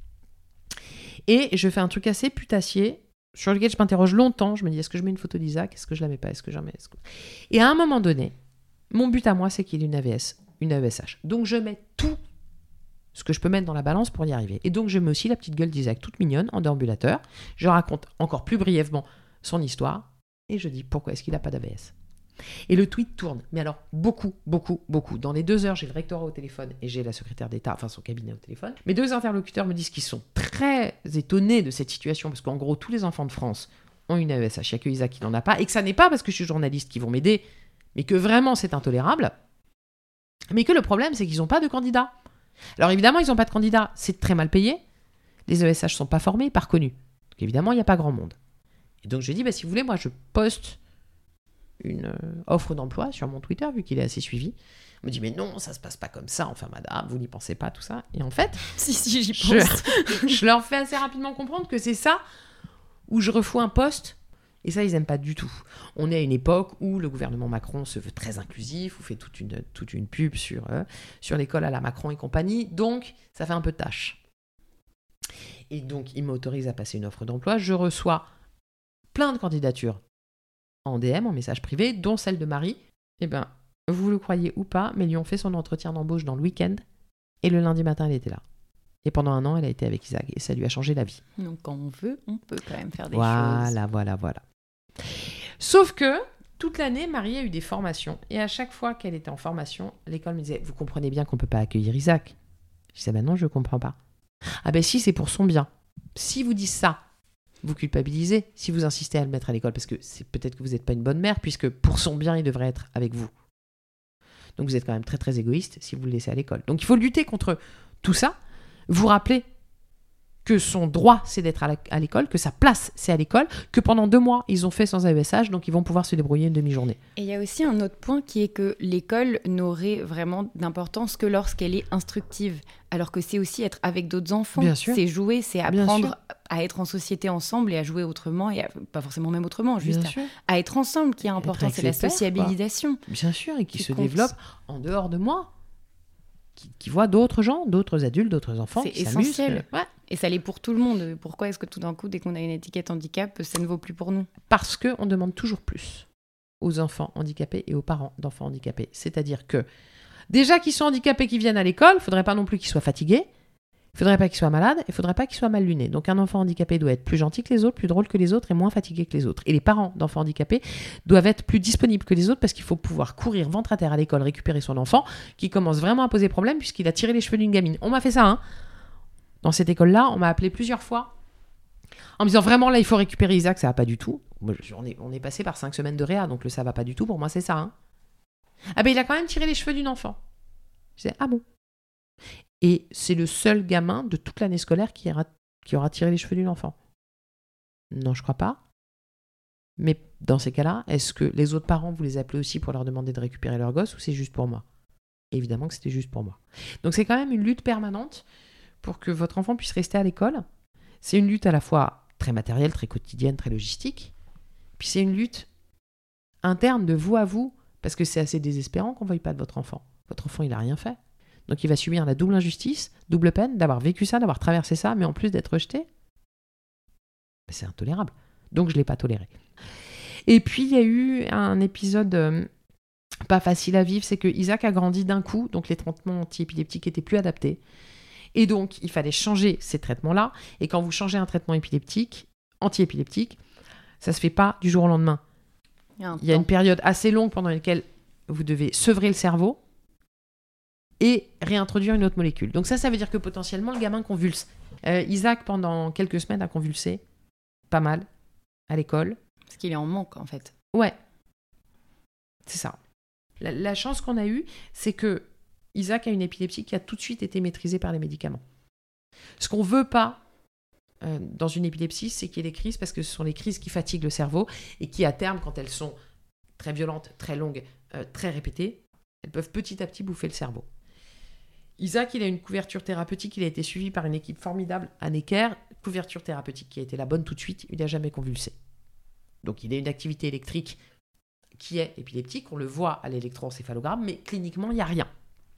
S2: et je fais un truc assez putassier sur lequel je m'interroge longtemps. Je me dis, est-ce que je mets une photo d'Isaac ? Est-ce que je la mets pas ? Est-ce que j'en mets ? Est-ce que... Et à un moment donné, mon but à moi, c'est qu'il y ait une A V S, une A E S H. Donc je mets tout ce que je peux mettre dans la balance pour y arriver. Et donc je mets aussi la petite gueule d'Isaac toute mignonne en déambulateur. Je raconte encore plus brièvement son histoire et je dis pourquoi est-ce qu'il n'a pas d'A V S. Et le tweet tourne, mais alors beaucoup, beaucoup, beaucoup. Dans les deux heures, j'ai le rectorat au téléphone et j'ai la secrétaire d'État, enfin son cabinet au téléphone. Mes deux interlocuteurs me disent qu'ils sont très étonnés de cette situation, parce qu'en gros, tous les enfants de France ont une A E S H, il n'y a que Isaac qui n'en a pas, et que ça n'est pas parce que je suis journaliste qu'ils vont m'aider, mais que vraiment c'est intolérable, mais que le problème, c'est qu'ils n'ont pas de candidat. Alors évidemment, ils n'ont pas de candidat, c'est très mal payé, les A E S H ne sont pas formés, pas reconnus. Donc évidemment, il n'y a pas grand monde. Et donc je dis, bah, si vous voulez, moi je poste une euh, offre d'emploi sur mon Twitter, vu qu'il est assez suivi. On me dit, mais non, ça se passe pas comme ça, enfin madame, vous n'y pensez pas, tout ça. Et en fait,
S1: si, si, j'y pense.
S2: Je, je leur fais assez rapidement comprendre que c'est ça où je refous un poste, et ça, ils aiment pas du tout. On est à une époque où le gouvernement Macron se veut très inclusif, ou fait toute une, toute une pub sur, euh, sur l'école à la Macron et compagnie, donc ça fait un peu de tâche. Et donc, il m'autorise à passer une offre d'emploi, je reçois plein de candidatures en D M, en message privé, dont celle de Marie. Eh bien, vous le croyez ou pas, mais lui ont fait son entretien d'embauche dans le week-end, et le lundi matin, elle était là. Et pendant un an, elle a été avec Isaac, et ça lui a changé la vie.
S1: Donc quand on veut, on peut quand même faire des
S2: voilà,
S1: choses.
S2: Voilà, voilà, voilà. Sauf que, toute l'année, Marie a eu des formations, et à chaque fois qu'elle était en formation, l'école me disait, vous comprenez bien qu'on ne peut pas accueillir Isaac. Je disais, ben non, je ne comprends pas. Ah ben si, c'est pour son bien. Si vous dites ça, vous culpabilisez si vous insistez à le mettre à l'école, parce que c'est peut-être que vous n'êtes pas une bonne mère, puisque pour son bien, il devrait être avec vous. Donc vous êtes quand même très très égoïste si vous le laissez à l'école. Donc il faut lutter contre tout ça, vous rappeler que son droit, c'est d'être à l'école, que sa place, c'est à l'école, que pendant deux mois, ils ont fait sans A E S H, donc ils vont pouvoir se débrouiller une demi-journée.
S1: Et il y a aussi un autre point qui est que l'école n'aurait vraiment d'importance que lorsqu'elle est instructive, alors que c'est aussi être avec d'autres enfants.
S2: Bien sûr.
S1: C'est jouer, c'est apprendre à être en société ensemble et à jouer autrement, et à, pas forcément même autrement, juste à, à être ensemble qui est important, c'est la sociabilisation.
S2: Quoi. Bien sûr, et qui, qui se compte. Développe en dehors de moi. Qui, qui voient d'autres gens, d'autres adultes, d'autres enfants
S1: c'est
S2: qui
S1: essentiel.
S2: Ouais.
S1: Et ça l'est pour tout le monde. Pourquoi est-ce que tout d'un coup, dès qu'on a une étiquette handicap, ça ne vaut plus pour nous ?
S2: Parce qu'on demande toujours plus aux enfants handicapés et aux parents d'enfants handicapés. C'est-à-dire que, déjà qu'ils sont handicapés, qu'ils viennent à l'école, il ne faudrait pas non plus qu'ils soient fatigués. faudrait pas qu'il soit malade, il faudrait pas qu'il soit mal luné. Donc un enfant handicapé doit être plus gentil que les autres, plus drôle que les autres et moins fatigué que les autres. Et les parents d'enfants handicapés doivent être plus disponibles que les autres parce qu'il faut pouvoir courir ventre à terre à l'école, récupérer son enfant qui commence vraiment à poser problème puisqu'il a tiré les cheveux d'une gamine. On m'a fait ça, hein. Dans cette école-là, on m'a appelé plusieurs fois en me disant vraiment là, il faut récupérer Isaac, ça va pas du tout. Moi, on, est, on est passé par cinq semaines de réa, donc le ça va pas du tout, pour moi, c'est ça. Hein. Ah ben, il a quand même tiré les cheveux d'une enfant. Je disais, ah bon. Et c'est le seul gamin de toute l'année scolaire qui aura, qui aura tiré les cheveux d'une enfant. Non, je crois pas. Mais dans ces cas-là, est-ce que les autres parents, vous les appelez aussi pour leur demander de récupérer leur gosse ou c'est juste pour moi ? Évidemment que c'était juste pour moi. Donc c'est quand même une lutte permanente pour que votre enfant puisse rester à l'école. C'est une lutte à la fois très matérielle, très quotidienne, très logistique. Puis c'est une lutte interne de vous à vous, parce que c'est assez désespérant qu'on ne veuille pas de votre enfant. Votre enfant, il n'a rien fait. Donc il va subir la double injustice, double peine d'avoir vécu ça, d'avoir traversé ça, mais en plus d'être rejeté. C'est intolérable. Donc je ne l'ai pas toléré. Et puis il y a eu un épisode euh, pas facile à vivre, c'est que Isaac a grandi d'un coup, donc les traitements antiépileptiques n'étaient plus adaptés. Et donc il fallait changer ces traitements-là. Et quand vous changez un traitement épileptique, antiépileptique, ça ne se fait pas du jour au lendemain. Il y a, il y a une période assez longue pendant laquelle vous devez sevrer le cerveau et réintroduire une autre molécule. Donc ça, ça veut dire que potentiellement, le gamin convulse. Euh, Isaac, pendant quelques semaines, a convulsé. Pas mal. À l'école.
S1: Parce qu'il est en manque, en fait.
S2: Ouais. C'est ça. La, la chance qu'on a eue, c'est que Isaac a une épilepsie qui a tout de suite été maîtrisée par les médicaments. Ce qu'on veut pas euh, dans une épilepsie, c'est qu'il y ait des crises, parce que ce sont les crises qui fatiguent le cerveau et qui, à terme, quand elles sont très violentes, très longues, euh, très répétées, elles peuvent petit à petit bouffer le cerveau. Isaac, il a une couverture thérapeutique, il a été suivi par une équipe formidable à Necker, couverture thérapeutique qui a été la bonne tout de suite, il n'a jamais convulsé. Donc il a une activité électrique qui est épileptique, on le voit à l'électroencéphalogramme, mais cliniquement, il n'y a rien.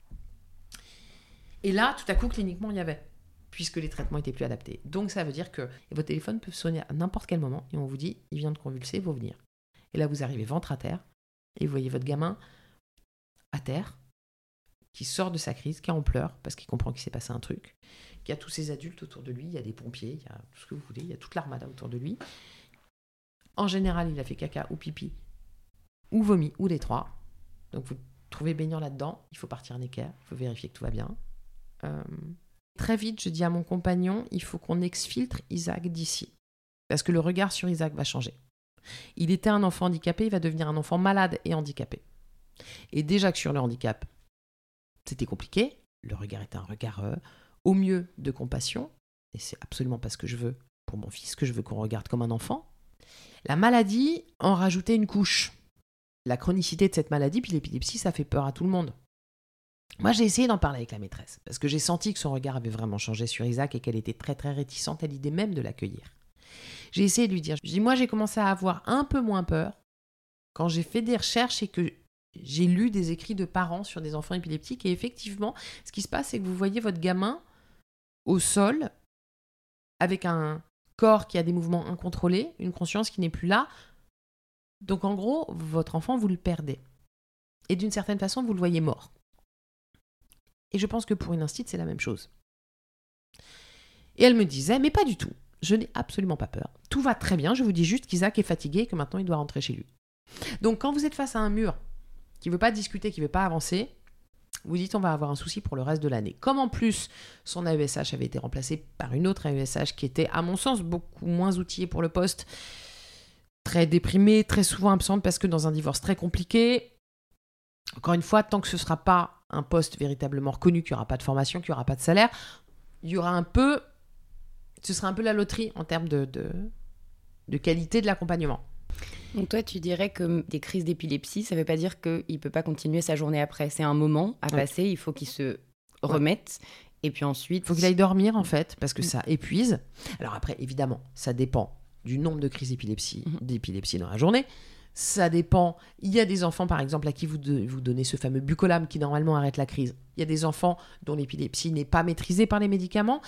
S2: Et là, tout à coup, cliniquement, il y avait, puisque les traitements n'étaient plus adaptés. Donc ça veut dire que votre téléphone peut sonner à n'importe quel moment, et on vous dit, il vient de convulser, il faut venir. Et là, vous arrivez ventre à terre, et vous voyez votre gamin à terre, qui sort de sa crise, qui est en pleurs, parce qu'il comprend qu'il s'est passé un truc, qu'il y a tous ces adultes autour de lui, il y a des pompiers, il y a tout ce que vous voulez, il y a toute l'armada autour de lui. En général, il a fait caca ou pipi, ou vomi, ou les trois. Donc vous trouvez baignant là-dedans, il faut partir en Necker, il faut vérifier que tout va bien. Euh, très vite, je dis à mon compagnon, il faut qu'on exfiltre Isaac d'ici, parce que le regard sur Isaac va changer. Il était un enfant handicapé, il va devenir un enfant malade et handicapé. Et déjà que sur le handicap, c'était compliqué. Le regard était un regard euh, au mieux de compassion. Et c'est absolument pas ce que je veux pour mon fils, que je veux qu'on regarde comme un enfant. La maladie en rajoutait une couche. La chronicité de cette maladie, puis l'épilepsie, ça fait peur à tout le monde. Moi, j'ai essayé d'en parler avec la maîtresse, parce que j'ai senti que son regard avait vraiment changé sur Isaac et qu'elle était très très réticente à l'idée même de l'accueillir. J'ai essayé de lui dire, je dis, moi j'ai commencé à avoir un peu moins peur quand j'ai fait des recherches et que j'ai lu des écrits de parents sur des enfants épileptiques et effectivement, ce qui se passe, c'est que vous voyez votre gamin au sol avec un corps qui a des mouvements incontrôlés, une conscience qui n'est plus là. Donc en gros, votre enfant, vous le perdez. Et d'une certaine façon, vous le voyez mort. Et je pense que pour une instite, c'est la même chose. Et elle me disait, mais pas du tout. Je n'ai absolument pas peur. Tout va très bien, je vous dis juste qu'Isaac est fatigué et que maintenant il doit rentrer chez lui. Donc quand vous êtes face à un mur qui ne veut pas discuter, qui ne veut pas avancer, vous dites on va avoir un souci pour le reste de l'année. Comme en plus, son A E S H avait été remplacé par une autre A E S H qui était, à mon sens, beaucoup moins outillée pour le poste, très déprimée, très souvent absente parce que dans un divorce très compliqué, encore une fois, tant que ce ne sera pas un poste véritablement reconnu, qu'il n'y aura pas de formation, qu'il n'y aura pas de salaire, il y aura un peu, ce sera un peu la loterie en termes de, de, de qualité de l'accompagnement.
S1: Donc toi, tu dirais que des crises d'épilepsie, ça ne veut pas dire qu'il ne peut pas continuer sa journée après. C'est un moment à oui. passer, il faut qu'il se remette. Ouais. Et puis ensuite...
S2: Il faut qu'il aille dormir, en fait, parce que ça épuise. Alors après, évidemment, ça dépend du nombre de crises d'épilepsie, mmh. d'épilepsie dans la journée. Ça dépend... Il y a des enfants, par exemple, à qui vous, de, vous donnez ce fameux bucolam qui, normalement, arrête la crise. Il y a des enfants dont l'épilepsie n'est pas maîtrisée par les médicaments.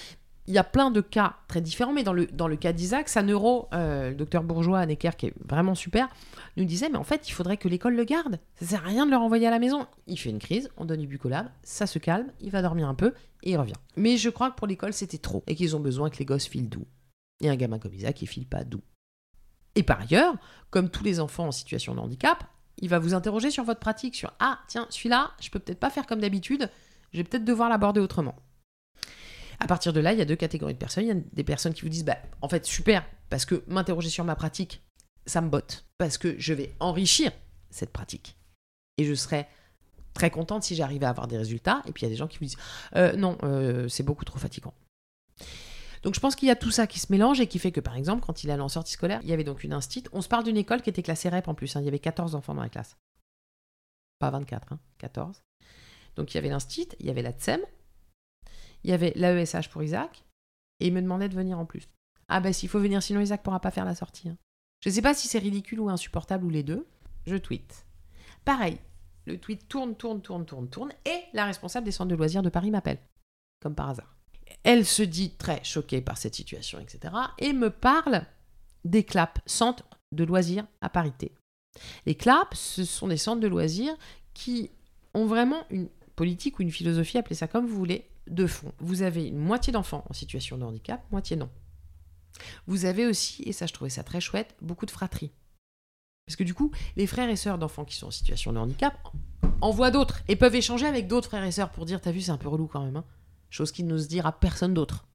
S2: il y a plein de cas très différents, mais dans le, dans le cas d'Isaac, sa neuro, euh, le docteur Bourgeois à Necker, qui est vraiment super, nous disait, mais en fait, il faudrait que l'école le garde. Ça sert à rien de le renvoyer à la maison. Il fait une crise, on donne du Bucolab, ça se calme, il va dormir un peu et il revient. Mais je crois que pour l'école, c'était trop et qu'ils ont besoin que les gosses filent doux. Et un gamin comme Isaac, il file pas doux. Et par ailleurs, comme tous les enfants en situation de handicap, il va vous interroger sur votre pratique, sur « Ah, tiens, celui-là, je peux peut-être pas faire comme d'habitude, je vais peut-être devoir l'aborder autrement. » À partir de là, il y a deux catégories de personnes. Il y a des personnes qui vous disent bah, « En fait, super, parce que m'interroger sur ma pratique, ça me botte, parce que je vais enrichir cette pratique. Et je serai très contente si j'arrive à avoir des résultats. » Et puis, il y a des gens qui vous disent euh, « Non, euh, c'est beaucoup trop fatigant. » Donc, je pense qu'il y a tout ça qui se mélange et qui fait que, par exemple, quand il allait en sortie scolaire, il y avait donc une instite. On se parle d'une école qui était classée R E P en plus. Hein. Il y avait quatorze enfants dans la classe. Pas vingt-quatre, hein, quatorze. Donc, il y avait l'instite, il y avait la T S E M, il y avait l'A E S H pour Isaac, et il me demandait de venir en plus. Ah ben, s'il faut venir, sinon Isaac ne pourra pas faire la sortie. Hein. Je ne sais pas si c'est ridicule ou insupportable ou les deux. Je tweete. Pareil, le tweet tourne, tourne, tourne, tourne, tourne, et la responsable des centres de loisirs de Paris m'appelle, comme par hasard. Elle se dit très choquée par cette situation, et cetera, et me parle des C L A P, centres de loisirs à parité. Les C L A P, ce sont des centres de loisirs qui ont vraiment une politique ou une philosophie, appelez ça comme vous voulez, de fond. Vous avez une moitié d'enfants en situation de handicap, moitié non. Vous avez aussi, et ça je trouvais ça très chouette, beaucoup de fratries. Parce que du coup, les frères et sœurs d'enfants qui sont en situation de handicap en voient d'autres et peuvent échanger avec d'autres frères et sœurs pour dire « T'as vu, c'est un peu relou quand même. Hein » Chose qu'ils n'osent dire à personne d'autre.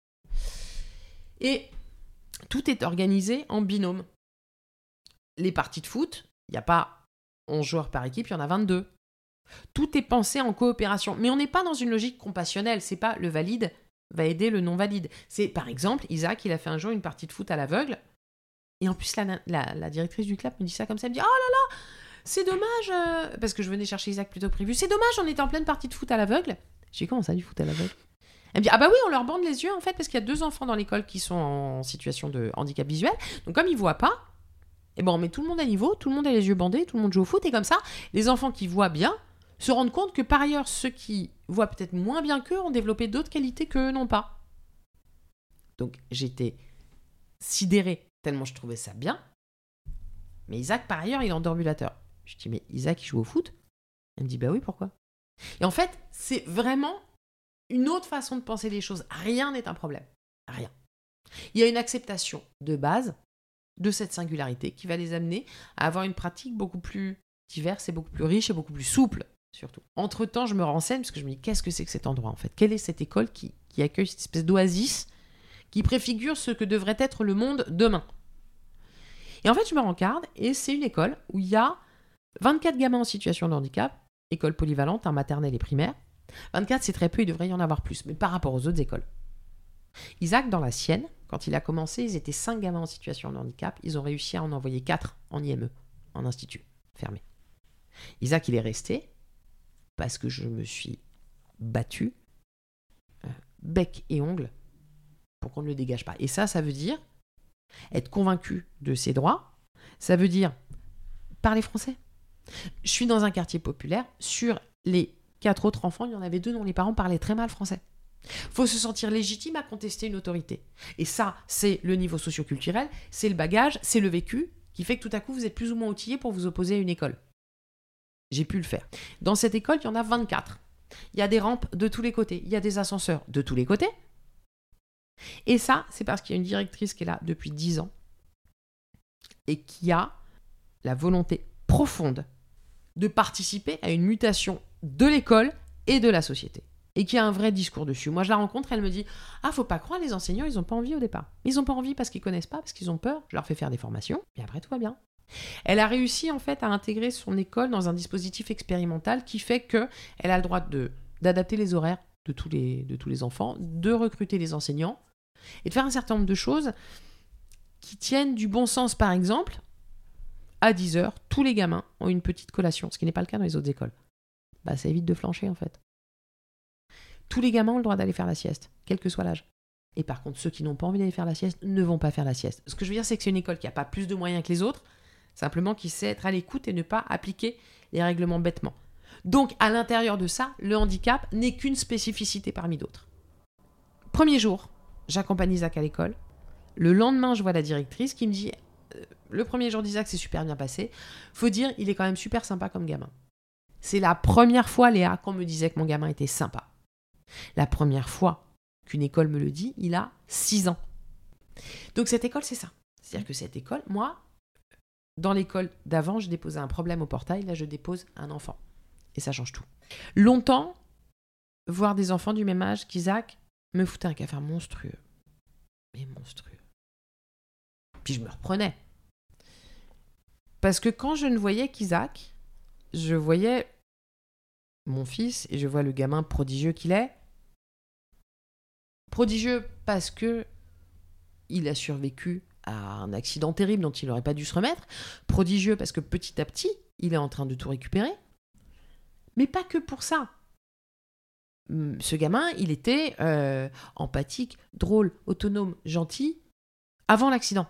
S2: Et tout est organisé en binôme. Les parties de foot, il n'y a pas onze joueurs par équipe, il y en a vingt-deux. Tout est pensé en coopération. Mais on n'est pas dans une logique compassionnelle. C'est pas le valide va aider le non-valide. C'est, par exemple, Isaac, il a fait un jour une partie de foot à l'aveugle. Et en plus, la, la, la directrice du C L A P me dit ça comme ça. Elle me dit « Oh là là, c'est dommage. Euh... » Parce que je venais chercher Isaac plus tôt que prévu. « C'est dommage, on était en pleine partie de foot à l'aveugle. » J'ai dit « Comment ça, du foot à l'aveugle ?» Elle me dit « Ah bah oui, on leur bande les yeux en fait, parce qu'il y a deux enfants dans l'école qui sont en situation de handicap visuel. Donc comme ils voient pas, eh ben on met tout le monde à niveau, tout le monde a les yeux bandés, tout le monde joue au foot. Et comme ça, les enfants qui voient bien se rendent compte que par ailleurs, ceux qui voient peut-être moins bien qu'eux ont développé d'autres qualités qu'eux n'ont pas. » Donc j'étais sidérée tellement je trouvais ça bien. Mais Isaac, par ailleurs, il est en déambulateur. Je dis « Mais Isaac, il joue au foot ?» Elle me dit « Bah oui, pourquoi ?» Et en fait, c'est vraiment une autre façon de penser les choses. Rien n'est un problème. Rien. Il y a une acceptation de base de cette singularité qui va les amener à avoir une pratique beaucoup plus diverse et beaucoup plus riche et beaucoup plus souple, surtout. Entre-temps, je me renseigne parce que je me dis, qu'est-ce que c'est que cet endroit, en fait ? Quelle est cette école qui, qui accueille cette espèce d'oasis qui préfigure ce que devrait être le monde demain ? Et en fait, je me rencarde et c'est une école où il y a vingt-quatre gamins en situation de handicap, école polyvalente, hein, maternelle et primaire. vingt-quatre, c'est très peu, il devrait y en avoir plus, mais par rapport aux autres écoles. Isaac, dans la sienne, quand il a commencé, ils étaient cinq gamins en situation de handicap. Ils ont réussi à en envoyer quatre en I M E, en institut fermé. Isaac, il est resté parce que je me suis battu, euh, bec et ongles, pour qu'on ne le dégage pas. Et ça, ça veut dire être convaincu de ses droits. Ça veut dire parler français. Je suis dans un quartier populaire. Sur les quatre autres enfants, il y en avait deux dont les parents parlaient très mal français. Il faut se sentir légitime à contester une autorité. Et ça, c'est le niveau socio-culturel, c'est le bagage, c'est le vécu qui fait que tout à coup, vous êtes plus ou moins outillé pour vous opposer à une école. J'ai pu le faire. Dans cette école, il y en a vingt-quatre. Il y a des rampes de tous les côtés. Il y a des ascenseurs de tous les côtés. Et ça, c'est parce qu'il y a une directrice qui est là depuis dix ans et qui a la volonté profonde de participer à une mutation de l'école et de la société. Et qui a un vrai discours dessus. Moi, je la rencontre, elle me dit « Ah, faut pas croire, les enseignants, ils ont pas envie au départ. Ils ont pas envie parce qu'ils connaissent pas, parce qu'ils ont peur. Je leur fais faire des formations, et après, tout va bien. » Elle a réussi, en fait, à intégrer son école dans un dispositif expérimental qui fait qu'elle a le droit de, d'adapter les horaires de tous les, de tous les enfants, de recruter les enseignants, et de faire un certain nombre de choses qui tiennent du bon sens. Par exemple, à dix heures, tous les gamins ont une petite collation, ce qui n'est pas le cas dans les autres écoles. Bah, ça évite de flancher, en fait. Tous les gamins ont le droit d'aller faire la sieste, quel que soit l'âge. Et par contre, ceux qui n'ont pas envie d'aller faire la sieste ne vont pas faire la sieste. Ce que je veux dire, c'est que c'est une école qui n'a pas plus de moyens que les autres, simplement qui sait être à l'écoute et ne pas appliquer les règlements bêtement. Donc, à l'intérieur de ça, le handicap n'est qu'une spécificité parmi d'autres. Premier jour, j'accompagne Isaac à l'école. Le lendemain, je vois la directrice qui me dit euh, le premier jour d'Isaac, c'est super bien passé. Faut dire, il est quand même super sympa comme gamin. C'est la première fois, Léa, qu'on me disait que mon gamin était sympa. La première fois qu'une école me le dit, il a six ans. Donc cette école, c'est ça. C'est-à-dire que cette école, moi, dans l'école d'avant, je déposais un problème au portail. Là, je dépose un enfant. Et ça change tout. Longtemps, voir des enfants du même âge qu'Isaac me foutait un cafard monstrueux. Mais monstrueux. Puis je me reprenais. Parce que quand je ne voyais qu'Isaac, je voyais mon fils et je vois le gamin prodigieux qu'il est. Prodigieux parce que il a survécu à un accident terrible dont il n'aurait pas dû se remettre. Prodigieux parce que petit à petit, il est en train de tout récupérer. Mais pas que pour ça. Ce gamin, il était euh, empathique, drôle, autonome, gentil avant l'accident.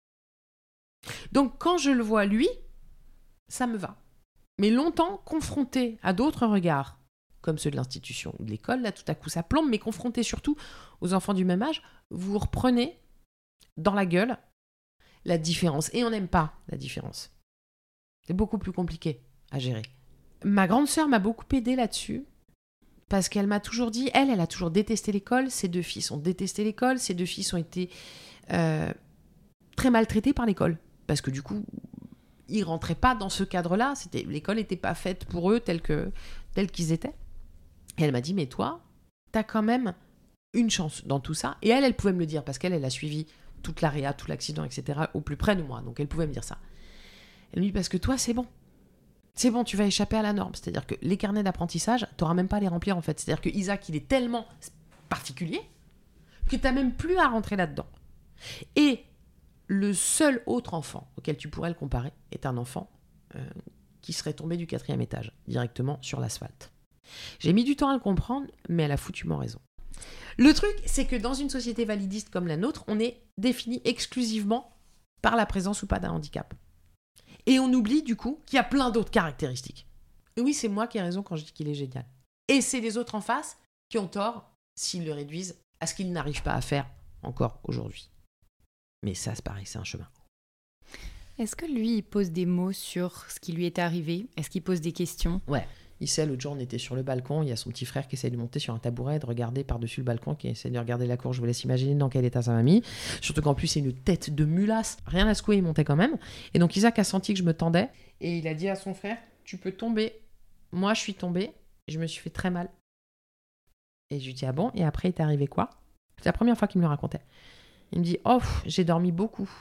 S2: Donc quand je le vois lui, ça me va. Mais longtemps, confronté à d'autres regards, comme ceux de l'institution ou de l'école, là tout à coup ça plombe, mais confronté surtout aux enfants du même âge, vous reprenez dans la gueule la différence. Et on n'aime pas la différence. C'est beaucoup plus compliqué à gérer. Ma grande sœur m'a beaucoup aidée là-dessus, parce qu'elle m'a toujours dit, elle, elle a toujours détesté l'école, ses deux fils ont détesté l'école, ses deux fils ont été euh, très maltraités par l'école, parce que du coup, ils rentraient pas dans ce cadre-là, c'était, l'école n'était pas faite pour eux tels que, tels qu'ils étaient. Et elle m'a dit, mais toi, t'as quand même une chance dans tout ça. Et elle, elle pouvait me le dire, parce qu'elle, elle a suivi toute l'aréa, tout l'accident, et cetera, au plus près de moi, donc elle pouvait me dire ça. Elle me dit, parce que toi, c'est bon. C'est bon, tu vas échapper à la norme. C'est-à-dire que les carnets d'apprentissage, tu n'auras même pas à les remplir, en fait. C'est-à-dire que Isaac, il est tellement particulier que tu n'as même plus à rentrer là-dedans. Et le seul autre enfant auquel tu pourrais le comparer est un enfant euh, qui serait tombé du quatrième étage, directement sur l'asphalte. J'ai mis du temps à le comprendre, mais elle a foutument raison. Le truc, c'est que dans une société validiste comme la nôtre, on est défini exclusivement par la présence ou pas d'un handicap. Et on oublie du coup qu'il y a plein d'autres caractéristiques. Et oui, c'est moi qui ai raison quand je dis qu'il est génial. Et c'est les autres en face qui ont tort s'ils le réduisent à ce qu'ils n'arrivent pas à faire encore aujourd'hui. Mais ça, c'est pareil, c'est un chemin.
S1: Est-ce que lui, il pose des mots sur ce qui lui est arrivé ? Est-ce qu'il pose des questions ?
S2: Ouais. Il sait, l'autre jour, on était sur le balcon, il y a son petit frère qui essaie de monter sur un tabouret, de regarder par-dessus le balcon, qui essaie de regarder la cour. Je vous laisse imaginer dans quel état ça m'a mis. Surtout qu'en plus, c'est une tête de mulasse. Rien à secouer, il montait quand même. Et donc, Isaac a senti que je me tendais. Et il a dit à son frère, tu peux tomber. Moi, je suis tombée. Et je me suis fait très mal. Et je lui dis, ah bon ? Et après, il t'est arrivé quoi ? C'est la première fois qu'il me le racontait. Il me dit, oh, j'ai dormi beaucoup.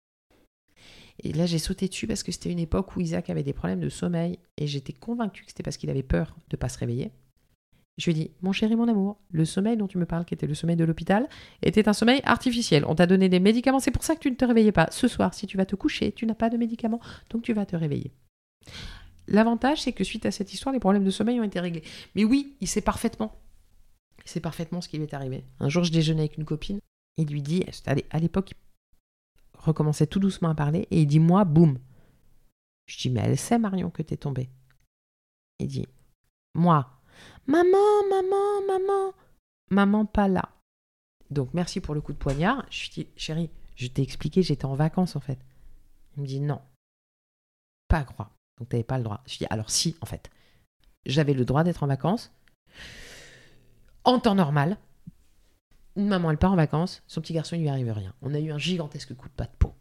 S2: Et là, j'ai sauté dessus parce que c'était une époque où Isaac avait des problèmes de sommeil et j'étais convaincue que c'était parce qu'il avait peur de ne pas se réveiller. Je lui ai dit, mon chéri, mon amour, le sommeil dont tu me parles, qui était le sommeil de l'hôpital, était un sommeil artificiel. On t'a donné des médicaments, c'est pour ça que tu ne te réveillais pas. Ce soir, si tu vas te coucher, tu n'as pas de médicaments, donc tu vas te réveiller. L'avantage, c'est que suite à cette histoire, les problèmes de sommeil ont été réglés. Mais oui, il sait parfaitement. Il sait parfaitement ce qui lui est arrivé. Un jour, je déjeunais avec une copine et il lui dit, à l'époque, recommençait tout doucement à parler et il dit moi boum. Je dis mais elle sait Marion que t'es tombée. Il dit moi maman maman maman maman pas là. Donc merci pour le coup de poignard. Je lui dis chérie, je t'ai expliqué, j'étais en vacances en fait. Il me dit non, pas croix. Donc t'avais pas le droit. Je dis alors si en fait, j'avais le droit d'être en vacances en temps normal. Une maman, elle part en vacances, son petit garçon, il lui arrive rien. On a eu un gigantesque coup de pas de peau.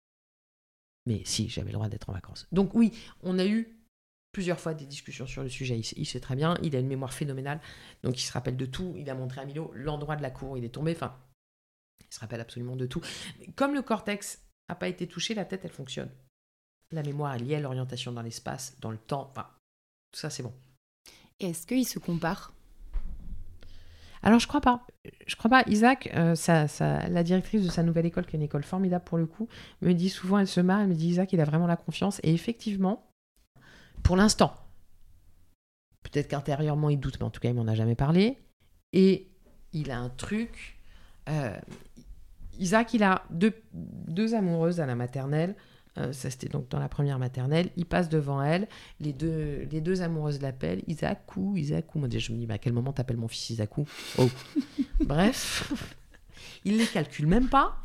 S2: Mais si, j'avais le droit d'être en vacances. Donc oui, on a eu plusieurs fois des discussions sur le sujet. Il sait, il sait très bien, il a une mémoire phénoménale, donc il se rappelle de tout. Il a montré à Milo l'endroit de la cour où il est tombé. Enfin, il se rappelle absolument de tout. Mais comme le cortex n'a pas été touché, la tête, elle fonctionne. La mémoire est liée à l'orientation dans l'espace, dans le temps. Enfin, tout ça, c'est bon.
S1: Et est-ce qu'il se compare ?
S2: Alors, je crois pas. Je crois pas. Isaac, euh, ça, ça, la directrice de sa nouvelle école, qui est une école formidable pour le coup, me dit souvent, elle se marre, elle me dit Isaac, il a vraiment la confiance. Et effectivement, pour l'instant, peut-être qu'intérieurement, il doute, mais en tout cas, il m'en a jamais parlé. Et il a un truc. Euh, Isaac, il a deux, deux amoureuses à la maternelle. Euh, ça, c'était donc dans la première maternelle. Il passe devant elle. Les deux, les deux amoureuses l'appellent. Isaacou, Isaacou. Moi, déjà, je me dis, mais à quel moment t'appelles mon fils Isaacou ? Oh. Bref. Il les calcule même pas.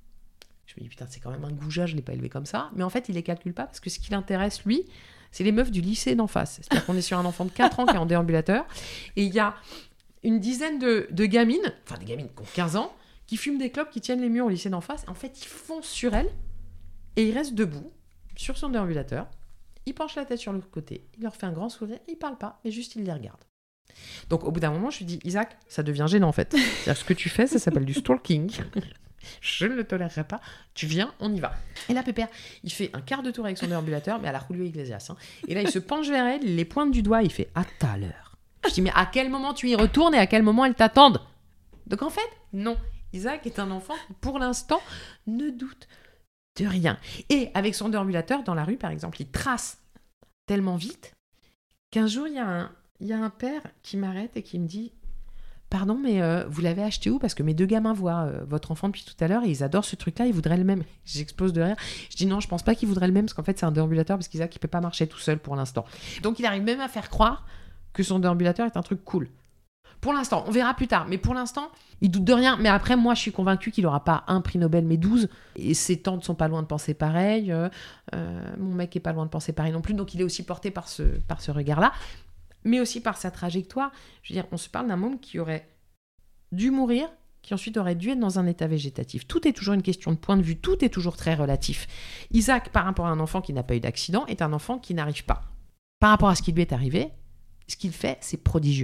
S2: Je me dis, putain, c'est quand même un goujat, je ne l'ai pas élevé comme ça. Mais en fait, il les calcule pas parce que ce qui l'intéresse, lui, c'est les meufs du lycée d'en face. C'est-à-dire qu'on est sur un enfant de quatre ans qui est en déambulateur. Et il y a une dizaine de, de gamines, enfin des gamines qui ont quinze ans, qui fument des clopes, qui tiennent les murs au lycée d'en face. En fait, ils foncent sur elles et il reste debout sur son déambulateur. Il penche la tête sur l'autre côté, il leur fait un grand sourire, il parle pas, mais juste il les regarde. Donc au bout d'un moment, je lui dis, Isaac, ça devient gênant en fait. C'est-à-dire, ce que tu fais, ça s'appelle du stalking. Je ne le tolérerai pas. Tu viens, on y va. Et là, Pépère, il fait un quart de tour avec son déambulateur, mais à la Julio Iglesias. Hein. Et là, il se penche vers elle, il les pointe du doigt, il fait, à tout à l'heure. Je dis, mais à quel moment tu y retournes et à quel moment elles t'attendent? Donc en fait, non. Isaac est un enfant qui, pour l'instant, ne doute de rien. Et avec son déambulateur, dans la rue, par exemple, il trace tellement vite qu'un jour, il y a un, il y a un père qui m'arrête et qui me dit, pardon, mais euh, vous l'avez acheté où? Parce que mes deux gamins voient euh, votre enfant depuis tout à l'heure et ils adorent ce truc-là, ils voudraient le même. J'explose de rire. Je dis non, je pense pas qu'ils voudraient le même parce qu'en fait, c'est un déambulateur parce qu'Isaac, il peut pas marcher tout seul pour l'instant. Donc, il arrive même à faire croire que son déambulateur est un truc cool. Pour l'instant, on verra plus tard. Mais pour l'instant, il doute de rien. Mais après, moi, je suis convaincue qu'il n'aura pas un prix Nobel, mais douze. Et ses tantes sont pas loin de penser pareil. Euh, euh, mon mec est pas loin de penser pareil non plus. Donc, il est aussi porté par ce, par ce regard-là. Mais aussi par sa trajectoire. Je veux dire, on se parle d'un môme qui aurait dû mourir, qui ensuite aurait dû être dans un état végétatif. Tout est toujours une question de point de vue. Tout est toujours très relatif. Isaac, par rapport à un enfant qui n'a pas eu d'accident, est un enfant qui n'arrive pas. Par rapport à ce qui lui est arrivé, ce qu'il fait, c'est prodigieux.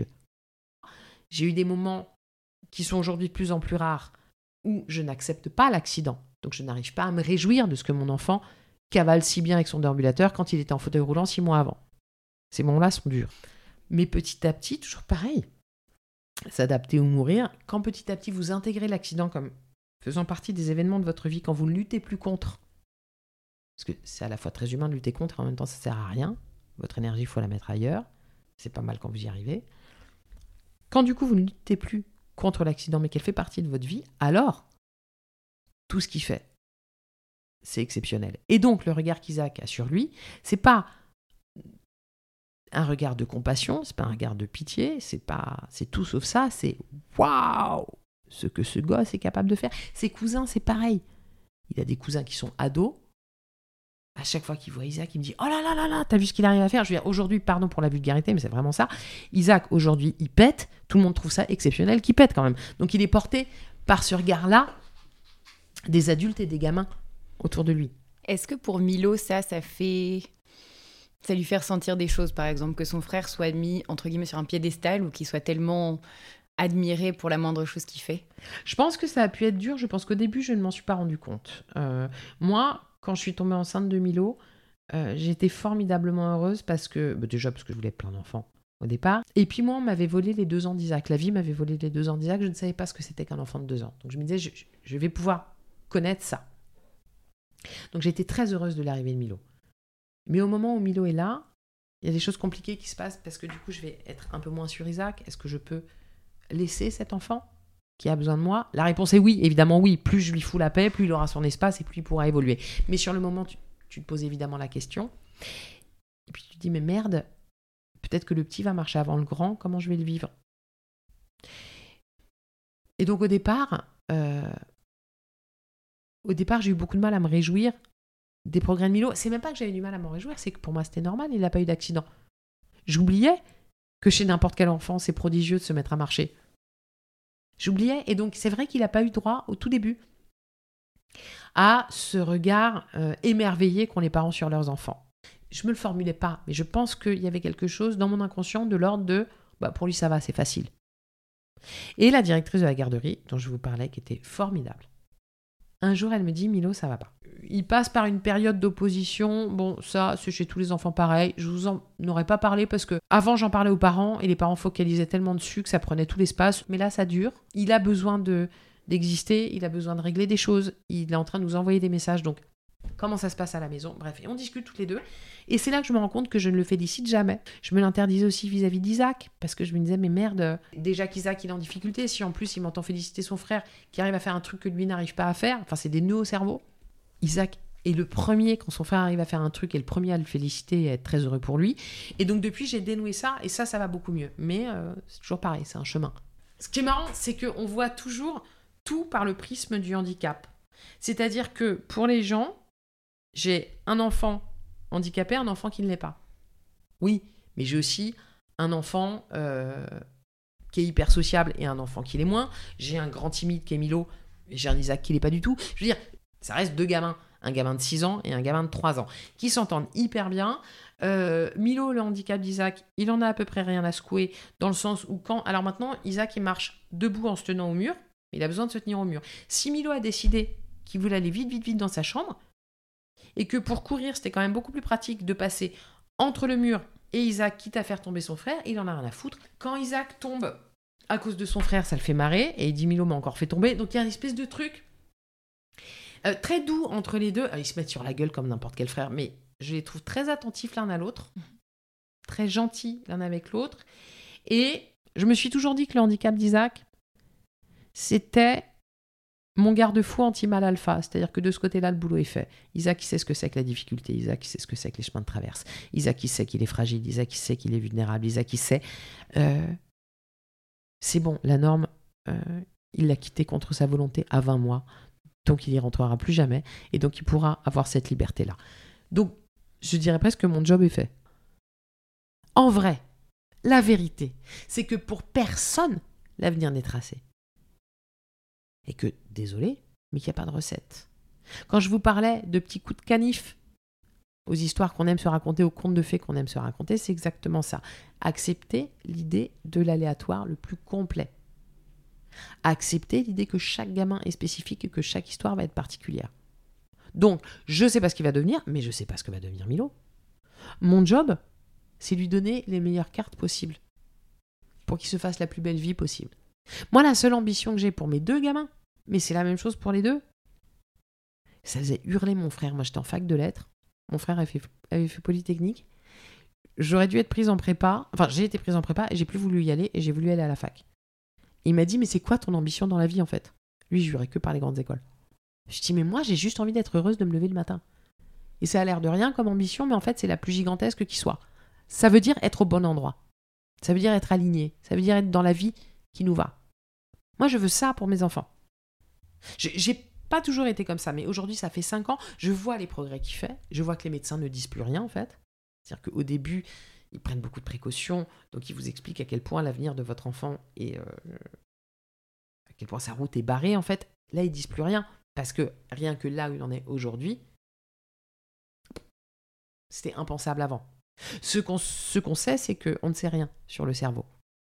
S2: J'ai eu des moments qui sont aujourd'hui de plus en plus rares où je n'accepte pas l'accident. Donc je n'arrive pas à me réjouir de ce que mon enfant cavale si bien avec son déambulateur quand il était en fauteuil roulant six mois avant. Ces moments-là sont durs. Mais petit à petit, toujours pareil. S'adapter ou mourir. Quand petit à petit vous intégrez l'accident comme faisant partie des événements de votre vie, quand vous ne luttez plus contre, parce que c'est à la fois très humain de lutter contre et en même temps ça ne sert à rien. Votre énergie, il faut la mettre ailleurs. C'est pas mal quand vous y arrivez. Quand du coup vous ne luttez plus contre l'accident mais qu'elle fait partie de votre vie, alors tout ce qu'il fait, c'est exceptionnel. Et donc le regard qu'Isaac a sur lui, c'est pas un regard de compassion, c'est pas un regard de pitié, c'est pas, c'est tout sauf ça, c'est waouh, ce que ce gosse est capable de faire. Ses cousins, c'est pareil. Il a des cousins qui sont ados. À chaque fois qu'il voit Isaac, il me dit « Oh là là là là, t'as vu ce qu'il arrive à faire ?» Je veux dire, aujourd'hui, pardon pour la vulgarité, mais c'est vraiment ça. Isaac, aujourd'hui, il pète. Tout le monde trouve ça exceptionnel qu'il pète quand même. Donc, il est porté par ce regard-là des adultes et des gamins autour de lui.
S1: Est-ce que pour Milo, ça, ça fait... ça lui fait ressentir des choses, par exemple, que son frère soit mis, entre guillemets, sur un piédestal ou qu'il soit tellement admiré pour la moindre chose qu'il fait?
S2: Je pense que ça a pu être dur. Je pense qu'au début, je ne m'en suis pas rendu compte. Euh, moi... Quand je suis tombée enceinte de Milo, euh, j'étais formidablement heureuse parce que, bah déjà parce que je voulais plein d'enfants au départ. Et puis moi, on m'avait volé les deux ans d'Isaac. La vie m'avait volé les deux ans d'Isaac. Je ne savais pas ce que c'était qu'un enfant de deux ans. Donc je me disais, je, je vais pouvoir connaître ça. Donc j'ai été très heureuse de l'arrivée de Milo. Mais au moment où Milo est là, il y a des choses compliquées qui se passent parce que du coup, je vais être un peu moins sur Isaac. Est-ce que je peux laisser cet enfant qui a besoin de moi? La réponse est oui, évidemment oui. Plus je lui fous la paix, plus il aura son espace et plus il pourra évoluer. Mais sur le moment, tu, tu te poses évidemment la question. Et puis tu te dis, mais merde, peut-être que le petit va marcher avant le grand, comment je vais le vivre? Et donc au départ, euh, au départ, j'ai eu beaucoup de mal à me réjouir des progrès de Milo. C'est même pas que j'avais du mal à m'en réjouir, c'est que pour moi c'était normal, il n'a pas eu d'accident. J'oubliais que chez n'importe quel enfant, c'est prodigieux de se mettre à marcher. J'oubliais, et donc c'est vrai qu'il n'a pas eu droit au tout début à ce regard euh, émerveillé qu'ont les parents sur leurs enfants. Je ne me le formulais pas, mais je pense qu'il y avait quelque chose dans mon inconscient de l'ordre de bah, pour lui ça va, c'est facile. Et la directrice de la garderie, dont je vous parlais, qui était formidable, un jour elle me dit, Milo, ça va pas. Il passe par une période d'opposition. Bon, ça, c'est chez tous les enfants pareil. Je vous en aurais pas parlé parce que avant j'en parlais aux parents et les parents focalisaient tellement dessus que ça prenait tout l'espace. Mais là, ça dure. Il a besoin de, d'exister. Il a besoin de régler des choses. Il est en train de nous envoyer des messages. Donc, comment ça se passe à la maison? Bref, et on discute toutes les deux. Et c'est là que je me rends compte que je ne le félicite jamais. Je me l'interdisais aussi vis-à-vis d'Isaac parce que je me disais, mais merde, déjà qu'Isaac il est en difficulté. Si en plus il m'entend féliciter son frère qui arrive à faire un truc que lui n'arrive pas à faire, enfin, c'est des nœuds au cerveau. Isaac est le premier, quand son frère arrive à faire un truc, est le premier à le féliciter et à être très heureux pour lui. Et donc depuis, j'ai dénoué ça, et ça, ça va beaucoup mieux. Mais euh, c'est toujours pareil, c'est un chemin. Ce qui est marrant, c'est qu'on voit toujours tout par le prisme du handicap. C'est-à-dire que pour les gens, j'ai un enfant handicapé, un enfant qui ne l'est pas. Oui, mais j'ai aussi un enfant euh, qui est hyper sociable et un enfant qui l'est moins. J'ai un grand timide qui est Milo et j'ai un Isaac qui l'est pas du tout. Je veux dire, ça reste deux gamins. Un gamin de six ans et un gamin de trois ans, qui s'entendent hyper bien. Euh, Milo, le handicap d'Isaac, il en a à peu près rien à secouer, dans le sens où quand... Alors maintenant, Isaac, il marche debout en se tenant au mur, mais il a besoin de se tenir au mur. Si Milo a décidé qu'il voulait aller vite, vite, vite dans sa chambre, et que pour courir, c'était quand même beaucoup plus pratique de passer entre le mur et Isaac, quitte à faire tomber son frère, il en a rien à foutre. Quand Isaac tombe à cause de son frère, ça le fait marrer, et il dit Milo m'a encore fait tomber, donc il y a une espèce de truc... Euh, très doux entre les deux. Alors, ils se mettent sur la gueule comme n'importe quel frère, mais je les trouve très attentifs l'un à l'autre, très gentils l'un avec l'autre. Et je me suis toujours dit que le handicap d'Isaac, c'était mon garde-fou anti-mal alpha. C'est-à-dire que de ce côté-là, le boulot est fait. Isaac, il sait ce que c'est que la difficulté. Isaac, il sait ce que c'est que les chemins de traverse. Isaac, il sait qu'il est fragile. Isaac, il sait qu'il est vulnérable. Isaac, il sait... Euh, c'est bon, la norme, euh, il l'a quitté contre sa volonté à vingt mois. Donc il n'y rentrera plus jamais, et donc il pourra avoir cette liberté-là. Donc, je dirais presque que mon job est fait. En vrai, la vérité, c'est que pour personne, l'avenir n'est tracé. Et que, désolé, mais qu'il n'y a pas de recette. Quand je vous parlais de petits coups de canif aux histoires qu'on aime se raconter, aux contes de fées qu'on aime se raconter, c'est exactement ça. Accepter l'idée de l'aléatoire le plus complet. Accepter l'idée que chaque gamin est spécifique et que chaque histoire va être particulière. Donc, je ne sais pas ce qu'il va devenir, mais je ne sais pas ce que va devenir Milo. Mon job, c'est lui donner les meilleures cartes possibles pour qu'il se fasse la plus belle vie possible. Moi, la seule ambition que j'ai pour mes deux gamins, mais c'est la même chose pour les deux, ça faisait hurler mon frère. Moi, j'étais en fac de lettres. Mon frère avait fait, avait fait Polytechnique. J'aurais dû être prise en prépa. Enfin, j'ai été prise en prépa et j'ai plus voulu y aller et j'ai voulu aller à la fac. Il m'a dit, mais c'est quoi ton ambition dans la vie, en fait ? Lui, je jurais que par les grandes écoles. Je dis, mais moi, j'ai juste envie d'être heureuse de me lever le matin. Et ça a l'air de rien comme ambition, mais en fait, c'est la plus gigantesque qui soit. Ça veut dire être au bon endroit. Ça veut dire être aligné. Ça veut dire être dans la vie qui nous va. Moi, je veux ça pour mes enfants. J'ai, j'ai pas toujours été comme ça, mais aujourd'hui, ça fait cinq ans. Je vois les progrès qu'il fait. Je vois que les médecins ne disent plus rien, en fait. C'est-à-dire qu'au début... Ils prennent beaucoup de précautions, donc ils vous expliquent à quel point l'avenir de votre enfant est... Euh, à quel point sa route est barrée, en fait. Là, ils disent plus rien, parce que rien que là où il en est aujourd'hui, c'était impensable avant. Ce qu'on, ce qu'on sait, c'est qu'on ne sait rien sur le cerveau.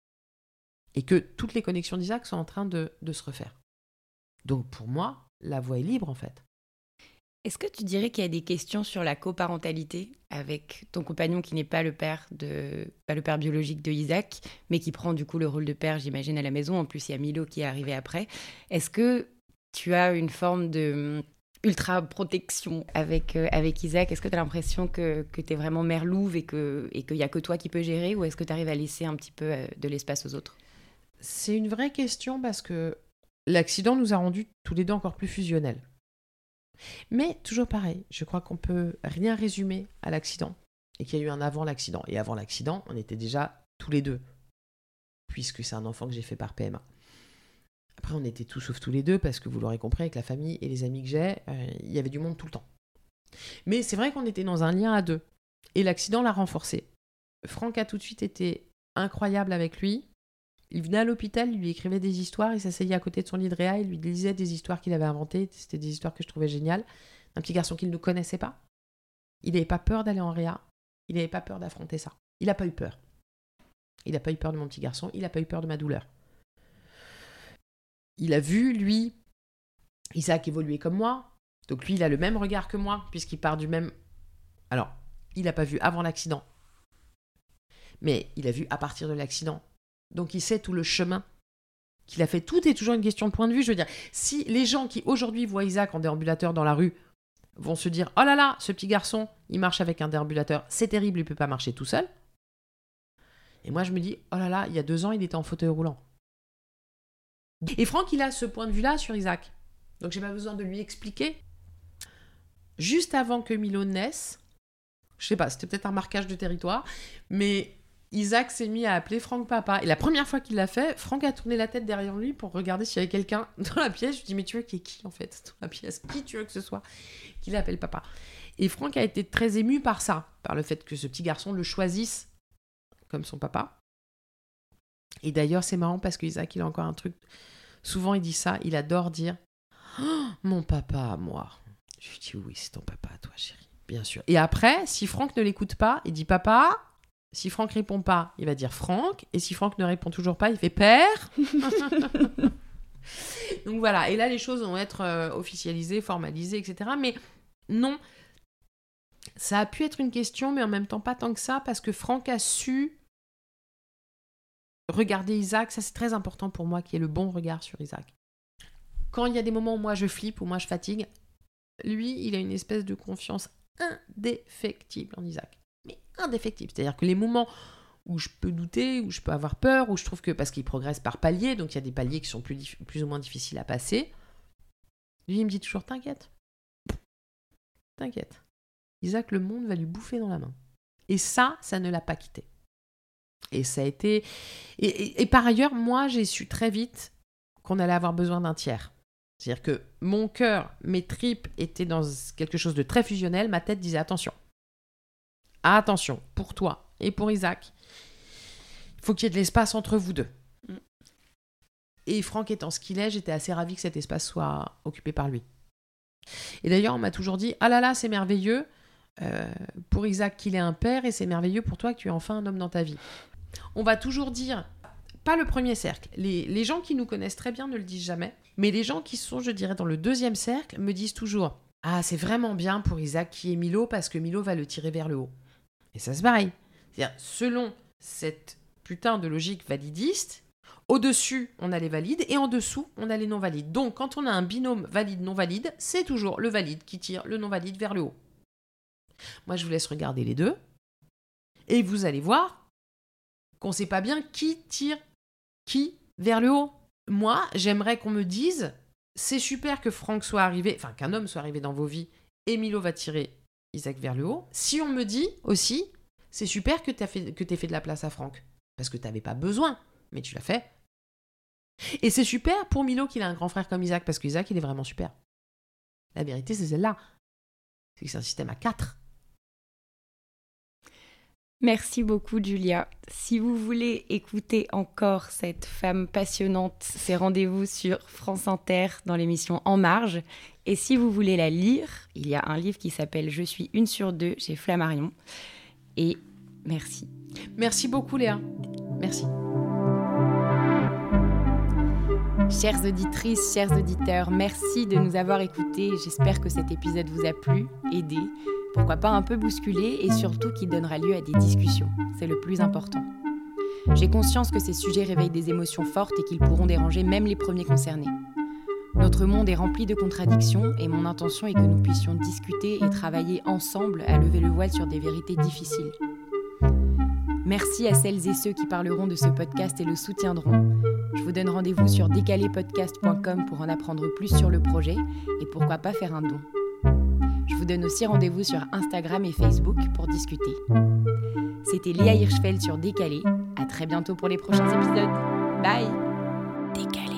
S2: Et que toutes les connexions d'Isaac sont en train de, de se refaire. Donc pour moi, la voie est libre, en fait.
S1: Est-ce que tu dirais qu'il y a des questions sur la coparentalité avec ton compagnon qui n'est pas le père de, pas le père biologique de Isaac, mais qui prend du coup le rôle de père, j'imagine, à la maison. En plus, il y a Milo qui est arrivé après. Est-ce que tu as une forme de ultra protection avec, euh, avec Isaac ? Est-ce que tu as l'impression que, que tu es vraiment mère louve et, que, et qu'il n'y a que toi qui peux gérer, ou est-ce que tu arrives à laisser un petit peu de l'espace aux autres ?
S2: C'est une vraie question parce que l'accident nous a rendus tous les deux encore plus fusionnels. Mais toujours pareil, je crois qu'on peut rien résumer à l'accident et qu'il y a eu un avant l'accident. Et avant l'accident, on était déjà tous les deux, puisque c'est un enfant que j'ai fait par P M A. Après, on était tous sauf tous les deux parce que vous l'aurez compris, avec la famille et les amis que j'ai, euh, il y avait du monde tout le temps. Mais c'est vrai qu'on était dans un lien à deux et l'accident l'a renforcé. Franck a tout de suite été incroyable avec lui. Il venait à l'hôpital, il lui écrivait des histoires, il s'asseyait à côté de son lit de réa, il lui lisait des histoires qu'il avait inventées. C'était des histoires que je trouvais géniales. Un petit garçon qu'il ne connaissait pas. Il n'avait pas peur d'aller en réa. Il n'avait pas peur d'affronter ça. Il n'a pas eu peur. Il n'a pas eu peur de mon petit garçon. Il n'a pas eu peur de ma douleur. Il a vu, lui, Isaac évoluer comme moi. Donc lui, il a le même regard que moi, puisqu'il part du même... Alors, il n'a pas vu avant l'accident. Mais il a vu à partir de l'accident. Donc il sait tout le chemin qu'il a fait. Tout est toujours une question de point de vue. Je veux dire, si les gens qui aujourd'hui voient Isaac en déambulateur dans la rue vont se dire « Oh là là, ce petit garçon, il marche avec un déambulateur, c'est terrible, il ne peut pas marcher tout seul. » Et moi je me dis « Oh là là, il y a deux ans, il était en fauteuil roulant. » Et Franck, il a ce point de vue-là sur Isaac. Donc j'ai pas besoin de lui expliquer. Juste avant que Milo naisse, je sais pas, c'était peut-être un marquage de territoire, mais Isaac s'est mis à appeler Franck papa. Et la première fois qu'il l'a fait, Franck a tourné la tête derrière lui pour regarder s'il y avait quelqu'un dans la pièce. Je lui dis, mais tu veux qu'il y ait qui en fait dans la pièce? Qui tu veux que ce soit qui l'appelle papa? Et Franck a été très ému par ça, par le fait que ce petit garçon le choisisse comme son papa. Et d'ailleurs, c'est marrant parce qu'Isaac, il a encore un truc. Souvent, il dit ça, il adore dire oh, mon papa à moi. Je lui dis oui, c'est ton papa à toi, chérie. Bien sûr. Et après, si Franck ne l'écoute pas, il dit papa. Si Franck répond pas, il va dire Franck. Et si Franck ne répond toujours pas, il fait père. Donc voilà. Et là, les choses vont être euh, officialisées, formalisées, et cetera. Mais non, ça a pu être une question, mais en même temps pas tant que ça, parce que Franck a su regarder Isaac. Ça, c'est très important pour moi, qu'il y ait le bon regard sur Isaac. Quand il y a des moments où moi je flippe, où moi je fatigue, lui, il a une espèce de confiance indéfectible en Isaac. Mais indéfectible. C'est-à-dire que les moments où je peux douter, où je peux avoir peur, où je trouve que, parce qu'il progresse par paliers, donc il y a des paliers qui sont plus, dif- plus ou moins difficiles à passer, lui, il me dit toujours, t'inquiète. T'inquiète. Isaac, le monde va lui bouffer dans la main. Et ça, ça ne l'a pas quitté. Et ça a été... Et, et, et par ailleurs, moi, j'ai su très vite qu'on allait avoir besoin d'un tiers. C'est-à-dire que mon cœur, mes tripes étaient dans quelque chose de très fusionnel, ma tête disait, attention. Attention, pour toi et pour Isaac, il faut qu'il y ait de l'espace entre vous deux. Mm. Et Franck étant ce qu'il est, j'étais assez ravie que cet espace soit occupé par lui. Et d'ailleurs, on m'a toujours dit, ah là là, c'est merveilleux euh, pour Isaac qu'il ait un père et c'est merveilleux pour toi que tu aies enfin un homme dans ta vie. On va toujours dire, pas le premier cercle, les, les gens qui nous connaissent très bien ne le disent jamais, mais les gens qui sont, je dirais, dans le deuxième cercle me disent toujours, ah, c'est vraiment bien pour Isaac qui est Milo parce que Milo va le tirer vers le haut. Et ça, c'est pareil. C'est-à-dire, selon cette putain de logique validiste, au-dessus, on a les valides, et en dessous, on a les non-valides. Donc, quand on a un binôme valide-non-valide, c'est toujours le valide qui tire le non-valide vers le haut. Moi, je vous laisse regarder les deux, et vous allez voir qu'on ne sait pas bien qui tire qui vers le haut. Moi, j'aimerais qu'on me dise, c'est super que Franck soit arrivé, enfin, qu'un homme soit arrivé dans vos vies, et Milo va tirer Isaac vers le haut. Si on me dit aussi, c'est super que tu aies fait, que t'aies fait de la place à Franck. Parce que tu n'avais pas besoin, mais tu l'as fait. Et c'est super pour Milo qu'il a un grand frère comme Isaac, parce qu'Isaac, il est vraiment super. La vérité, c'est celle-là. C'est que c'est un système à quatre.
S1: Merci beaucoup, Julia. Si vous voulez écouter encore cette femme passionnante, c'est rendez-vous sur France Inter dans l'émission En Marge. Et si vous voulez la lire, il y a un livre qui s'appelle « Je suis une sur deux » chez Flammarion. Et merci.
S2: Merci beaucoup, Léa. Merci.
S1: Chères auditrices, chers auditeurs, merci de nous avoir écoutés. J'espère que cet épisode vous a plu, aidé, pourquoi pas un peu bousculé et surtout qu'il donnera lieu à des discussions. C'est le plus important. J'ai conscience que ces sujets réveillent des émotions fortes et qu'ils pourront déranger même les premiers concernés. Notre monde est rempli de contradictions et mon intention est que nous puissions discuter et travailler ensemble à lever le voile sur des vérités difficiles. Merci à celles et ceux qui parleront de ce podcast et le soutiendront. Je vous donne rendez-vous sur décalé podcast point com pour en apprendre plus sur le projet et pourquoi pas faire un don. Je vous donne aussi rendez-vous sur Instagram et Facebook pour discuter. C'était Léa Hirschfeld sur Décalé. À très bientôt pour les prochains épisodes. Bye. Décalé.